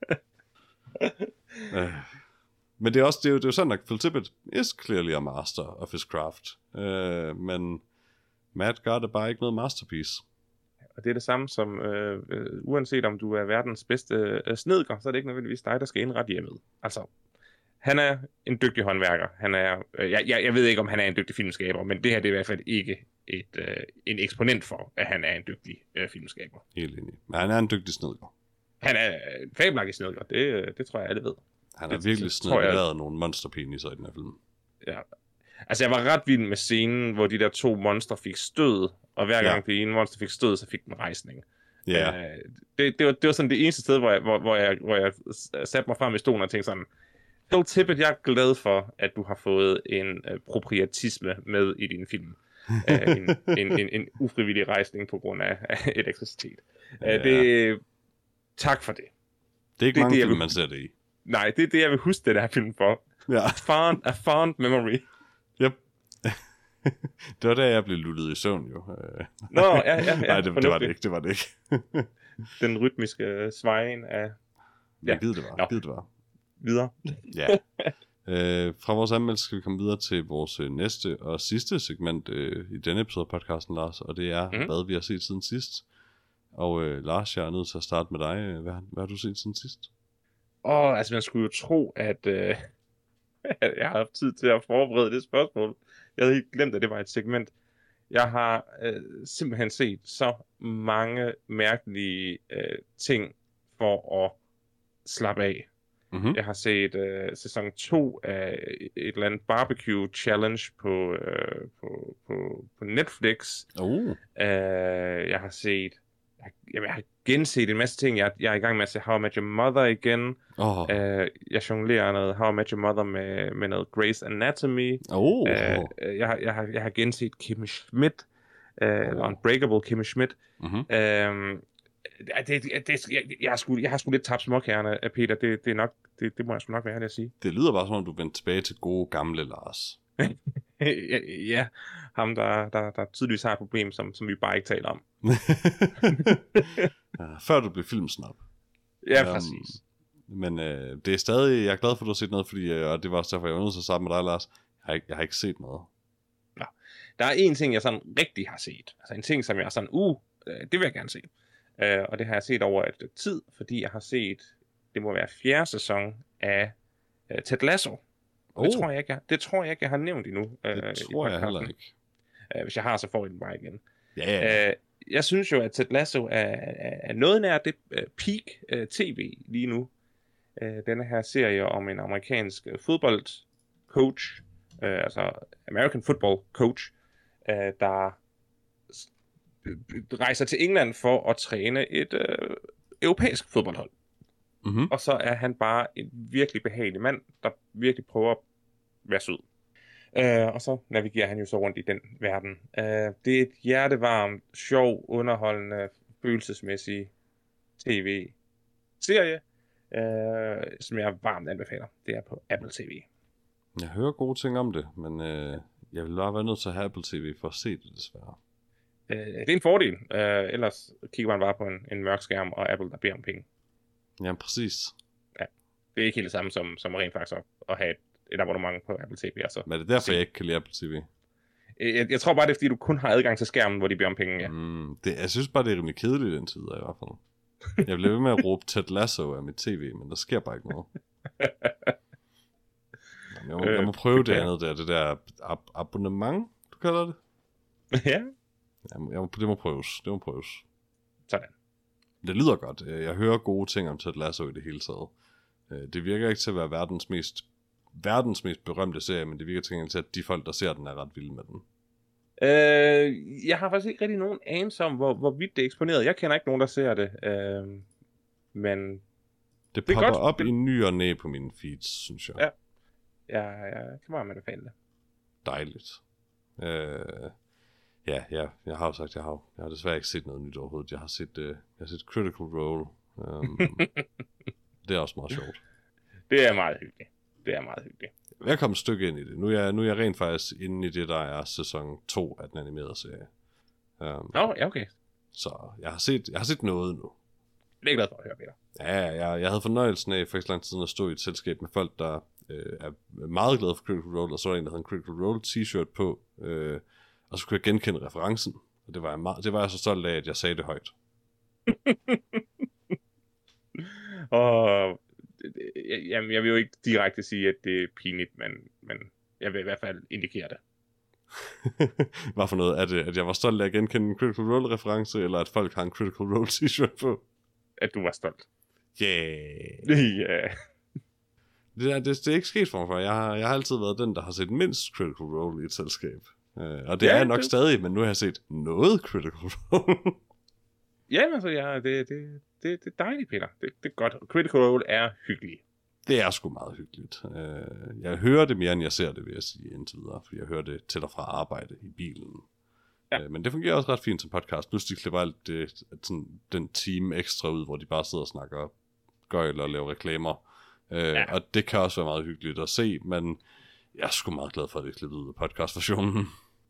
Men det er jo sådan, at Phil Tippett is clearly a master of his craft. Men Mad God er bare ikke noget masterpiece. Og det er det samme som, uanset om du er verdens bedste snedker, så er det ikke nødvendigvis dig, der skal indrette hjemmet. Altså, han er en dygtig håndværker. Han er, jeg ved ikke, om han er en dygtig filmskaber, men det her det er i hvert fald ikke en eksponent for, at han er en dygtig filmskaber. Helt enig. Men han er en dygtig snedker. Han er en fabelagtig snedker. Det tror jeg, alle ved. Han har virkelig snedket nogle monsterpeniser i den her film. Ja. Altså, jeg var ret vild med scenen, hvor de der to monstre fik stød, og hver gang det ene monster fik stød, så fik den rejsning. Ja. Det var sådan det eneste sted, hvor jeg satte mig frem i stolen og tænkte sådan, Phil Tippett, jeg er glad for, at du har fået en proprietisme med i din film. En ufrivillig rejsning på grund af elektricitet. Tak for det. Det er ikke mange film, man ser det i. Nej, det er det, jeg vil huske det der film for. Ja. A fond memory. Yep. Det var da jeg blev luttet i søvn, jo. Nå, ja. Nej, det var det ikke. Den rytmiske svejen af... Ja, givet det var. Videre. Ja. Fra vores anmeldelse skal vi komme videre til vores næste og sidste segment i denne episode af podcasten, Lars, og det er, hvad vi har set siden sidst. Og Lars, jeg er nødt til at starte med dig. Hvad har du set siden sidst? Altså man skulle jo tro, at jeg har haft tid til at forberede det spørgsmål. Jeg havde helt glemt, at det var et segment. Jeg har simpelthen set så mange mærkelige ting for at slappe af. Mm-hmm. Jeg har set sæson 2 af et eller andet barbecue challenge på Netflix. Jeg har set... Jeg har genset en masse ting. Jeg er i gang med at se How I Met Your Mother igen. Jeg jonglerer noget How I Met Your Mother med noget Grey's Anatomy. Jeg har genset Kimmy Schmidt. Unbreakable Kimmy Schmidt. Mm-hmm. Jeg har sgu lidt tabt småkærne, Peter. Det må jeg sgu nok være ærlig at sige. Det lyder bare som om, du vendte tilbage til gode gamle Lars. Ja, ham der tydeligvis har et problem, som vi bare ikke taler om. Før du blev filmsnop. Ja, præcis. Men det er stadig, jeg er glad for, at du har set noget, fordi, og det var også derfor, jeg var nødt til at sammen med dig, Lars. Jeg har ikke set noget. Ja. Der er en ting, jeg sådan rigtig har set. Altså en ting, som jeg er sådan, det vil jeg gerne se. Og det har jeg set over et tid, fordi jeg har set, det må være 4. sæson af Ted Lasso. Det tror jeg ikke, jeg har nævnt endnu. Det tror jeg heller ikke. Hvis jeg har, så får I den bare igen. Yeah. Jeg synes jo, at Ted Lasso er noget nær det peak tv lige nu. Denne her serie om en amerikansk fodboldcoach, altså American Football Coach, der rejser til England for at træne et europæisk fodboldhold. Mm-hmm. Og så er han bare en virkelig behagelig mand, der virkelig prøver at være sød. Og så navigerer han jo så rundt i den verden. Det er et hjertevarmt, sjov, underholdende, følelsesmæssig tv-serie, som jeg varmt anbefaler. Det er på Apple TV. Jeg hører gode ting om det, men jeg vil bare være nødt til at have Apple TV for at se det, desværre. Det er en fordel. Ellers kigger man bare på en mørk skærm, og Apple, der beder om penge. Ja, præcis. Ja, det er ikke helt det samme som rent faktisk at have et abonnement på Apple TV. Altså. Men er det derfor, jeg ikke kan lide Apple TV? Jeg tror bare, det er, fordi du kun har adgang til skærmen, hvor de beder om penge, ja. Jeg synes bare, det er rimelig kedeligt i den tid, i hvert fald. Jeg bliver ved med at råbe Ted Lasso af mit tv, men der sker bare ikke noget. Jeg må prøve det andet der, det der abonnement, du kalder det? Ja. Det må prøves, Sådan. Det lyder godt. Jeg hører gode ting om Ted Lasso i det hele taget. Det virker ikke til at være verdens mest berømte serie, men det virker til at de folk, der ser den, er ret vilde med den. Jeg har faktisk ikke rigtig nogen anelse om, hvorvidt det er eksponeret. Jeg kender ikke nogen, der ser det. Men det popper godt op i ny og næ på mine feeds, synes jeg. Ja, jeg kan bare anbefale det. Dejligt. Ja, jeg har jo sagt, jeg har desværre ikke set noget nyt overhovedet. Jeg har set Critical Role. Det er også meget sjovt. Det er meget hyggeligt. Jeg kom et stykke ind i det. Nu er jeg rent faktisk inde i det, der er sæson 2 af den animerede serie. Ja, okay. Så jeg har set noget nu. Det er jeg glad for at høre, Peter. Ja, jeg havde fornøjelsen af for ikke så lang tid siden at stå i et selskab med folk, der er meget glade for Critical Role, og så var der en, der havde en Critical Role t-shirt på, og så kunne jeg genkende referencen. Og det var jeg så stolt af, at jeg sagde det højt. Og jamen, jeg vil jo ikke direkte sige, at det er pinligt, men jeg vil i hvert fald indikere det. Hvad for noget? Er det, at jeg var stolt af at genkende en Critical Role-reference, eller at folk har en Critical Role t-shirt på? At du var stolt. Yeah. Det er ikke sket for mig før. Jeg har altid været den, der har set mindst Critical Role i et selskab. Og det er jeg nok stadig, men nu har jeg set noget Critical Role. Jamen altså, det er dejligt, Peter. Det er godt. Critical Role er hyggeligt. Det er sgu meget hyggeligt. Jeg hører det mere, end jeg ser det, vil jeg sige, indtil videre. Fordi jeg hører det til og fra arbejde i bilen. Ja. Men det fungerer også ret fint som podcast. Plus de klipper alt det, sådan, den time ekstra ud, hvor de bare sidder og snakker gøjl og laver reklamer. Og det kan også være meget hyggeligt at se, men jeg er sgu meget glad for, at det er klippet ud af podcastversionen.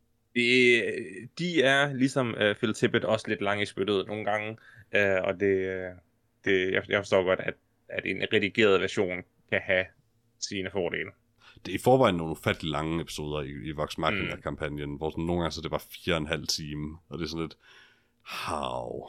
De er ligesom Phil Tippett også lidt lang i spyttet nogle gange, og jeg forstår godt, at en redigeret version kan have sine fordele. Det er i forvejen nogle ufattelig lange episoder i Vox Machina-kampagnen, hvor sådan nogle gange så det var 4,5 time, og det er sådan lidt, how?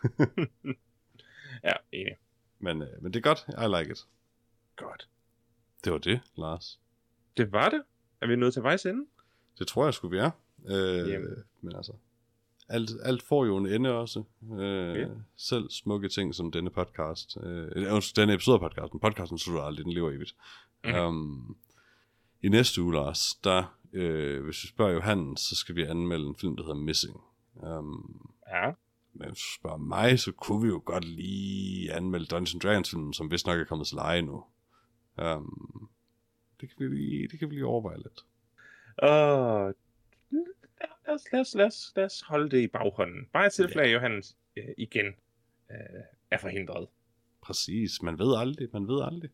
Ja, enig. Men det er godt, I like it. Godt. Det var det, Lars. Det var det. Er vi nået til vejs ende? Det tror jeg sgu vi er. Men altså, alt får jo en ende også. Selv smukke ting som denne podcast. Denne episode af podcasten. Podcasten slutter aldrig, den lever evigt. I næste uge, Lars, der, hvis vi spørger Johannes, så skal vi anmelde en film, der hedder Missing. Men hvis du spørger mig, så kunne vi jo godt lige anmelde Dungeons & Dragons-filmen, som vist nok er kommet til leje nu. Det kan vi lige overveje lidt. Lad os holde det i baghånden. Bare et tilfælde, Johannes igen er forhindret. Præcis, man ved aldrig. Men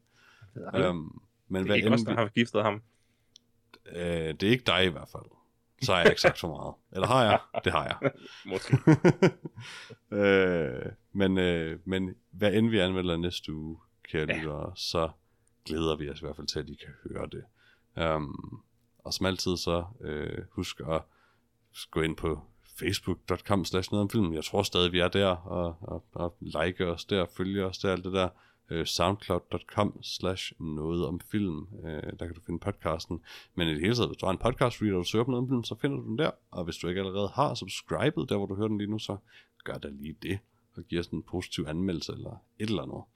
det er ikke os, der har forgiftet ham. Det er ikke dig i hvert fald. Så har jeg ikke sagt for meget. Eller har jeg? Det har jeg. Måske. Men hvad end vi anmelder næste uge, kære lyttere, så glæder vi os i hvert fald til, at I kan høre det. Og som altid så husk at gå ind på facebook.com/nogetomfilm. Jeg tror stadig vi er der, og like os der, følge os der, alt det der. soundcloud.com/nogetomfilm. Der kan du finde podcasten. Men i det hele taget, hvis du har en podcast reader, og du søger på noget om film, så finder du den der. Og hvis du ikke allerede har subscribet der, hvor du hører den lige nu, så gør da lige det. Og giv os en positiv anmeldelse eller et eller andet.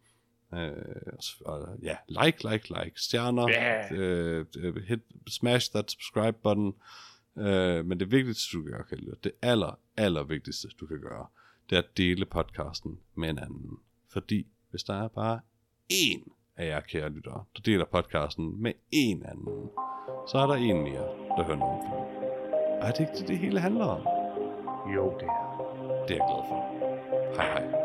Like, stjerner, smash that subscribe button, Men det vigtigste, du kan gøre, Kjeld, det aller vigtigste, du kan gøre, det er at dele podcasten med en anden. Fordi hvis der er bare én af jer kære lyttere, der deler podcasten med en anden, så er der en mere, der hører noget om film. Og er det ikke det hele handler om? Jo, det er. Det er jeg glad for. Hej hej.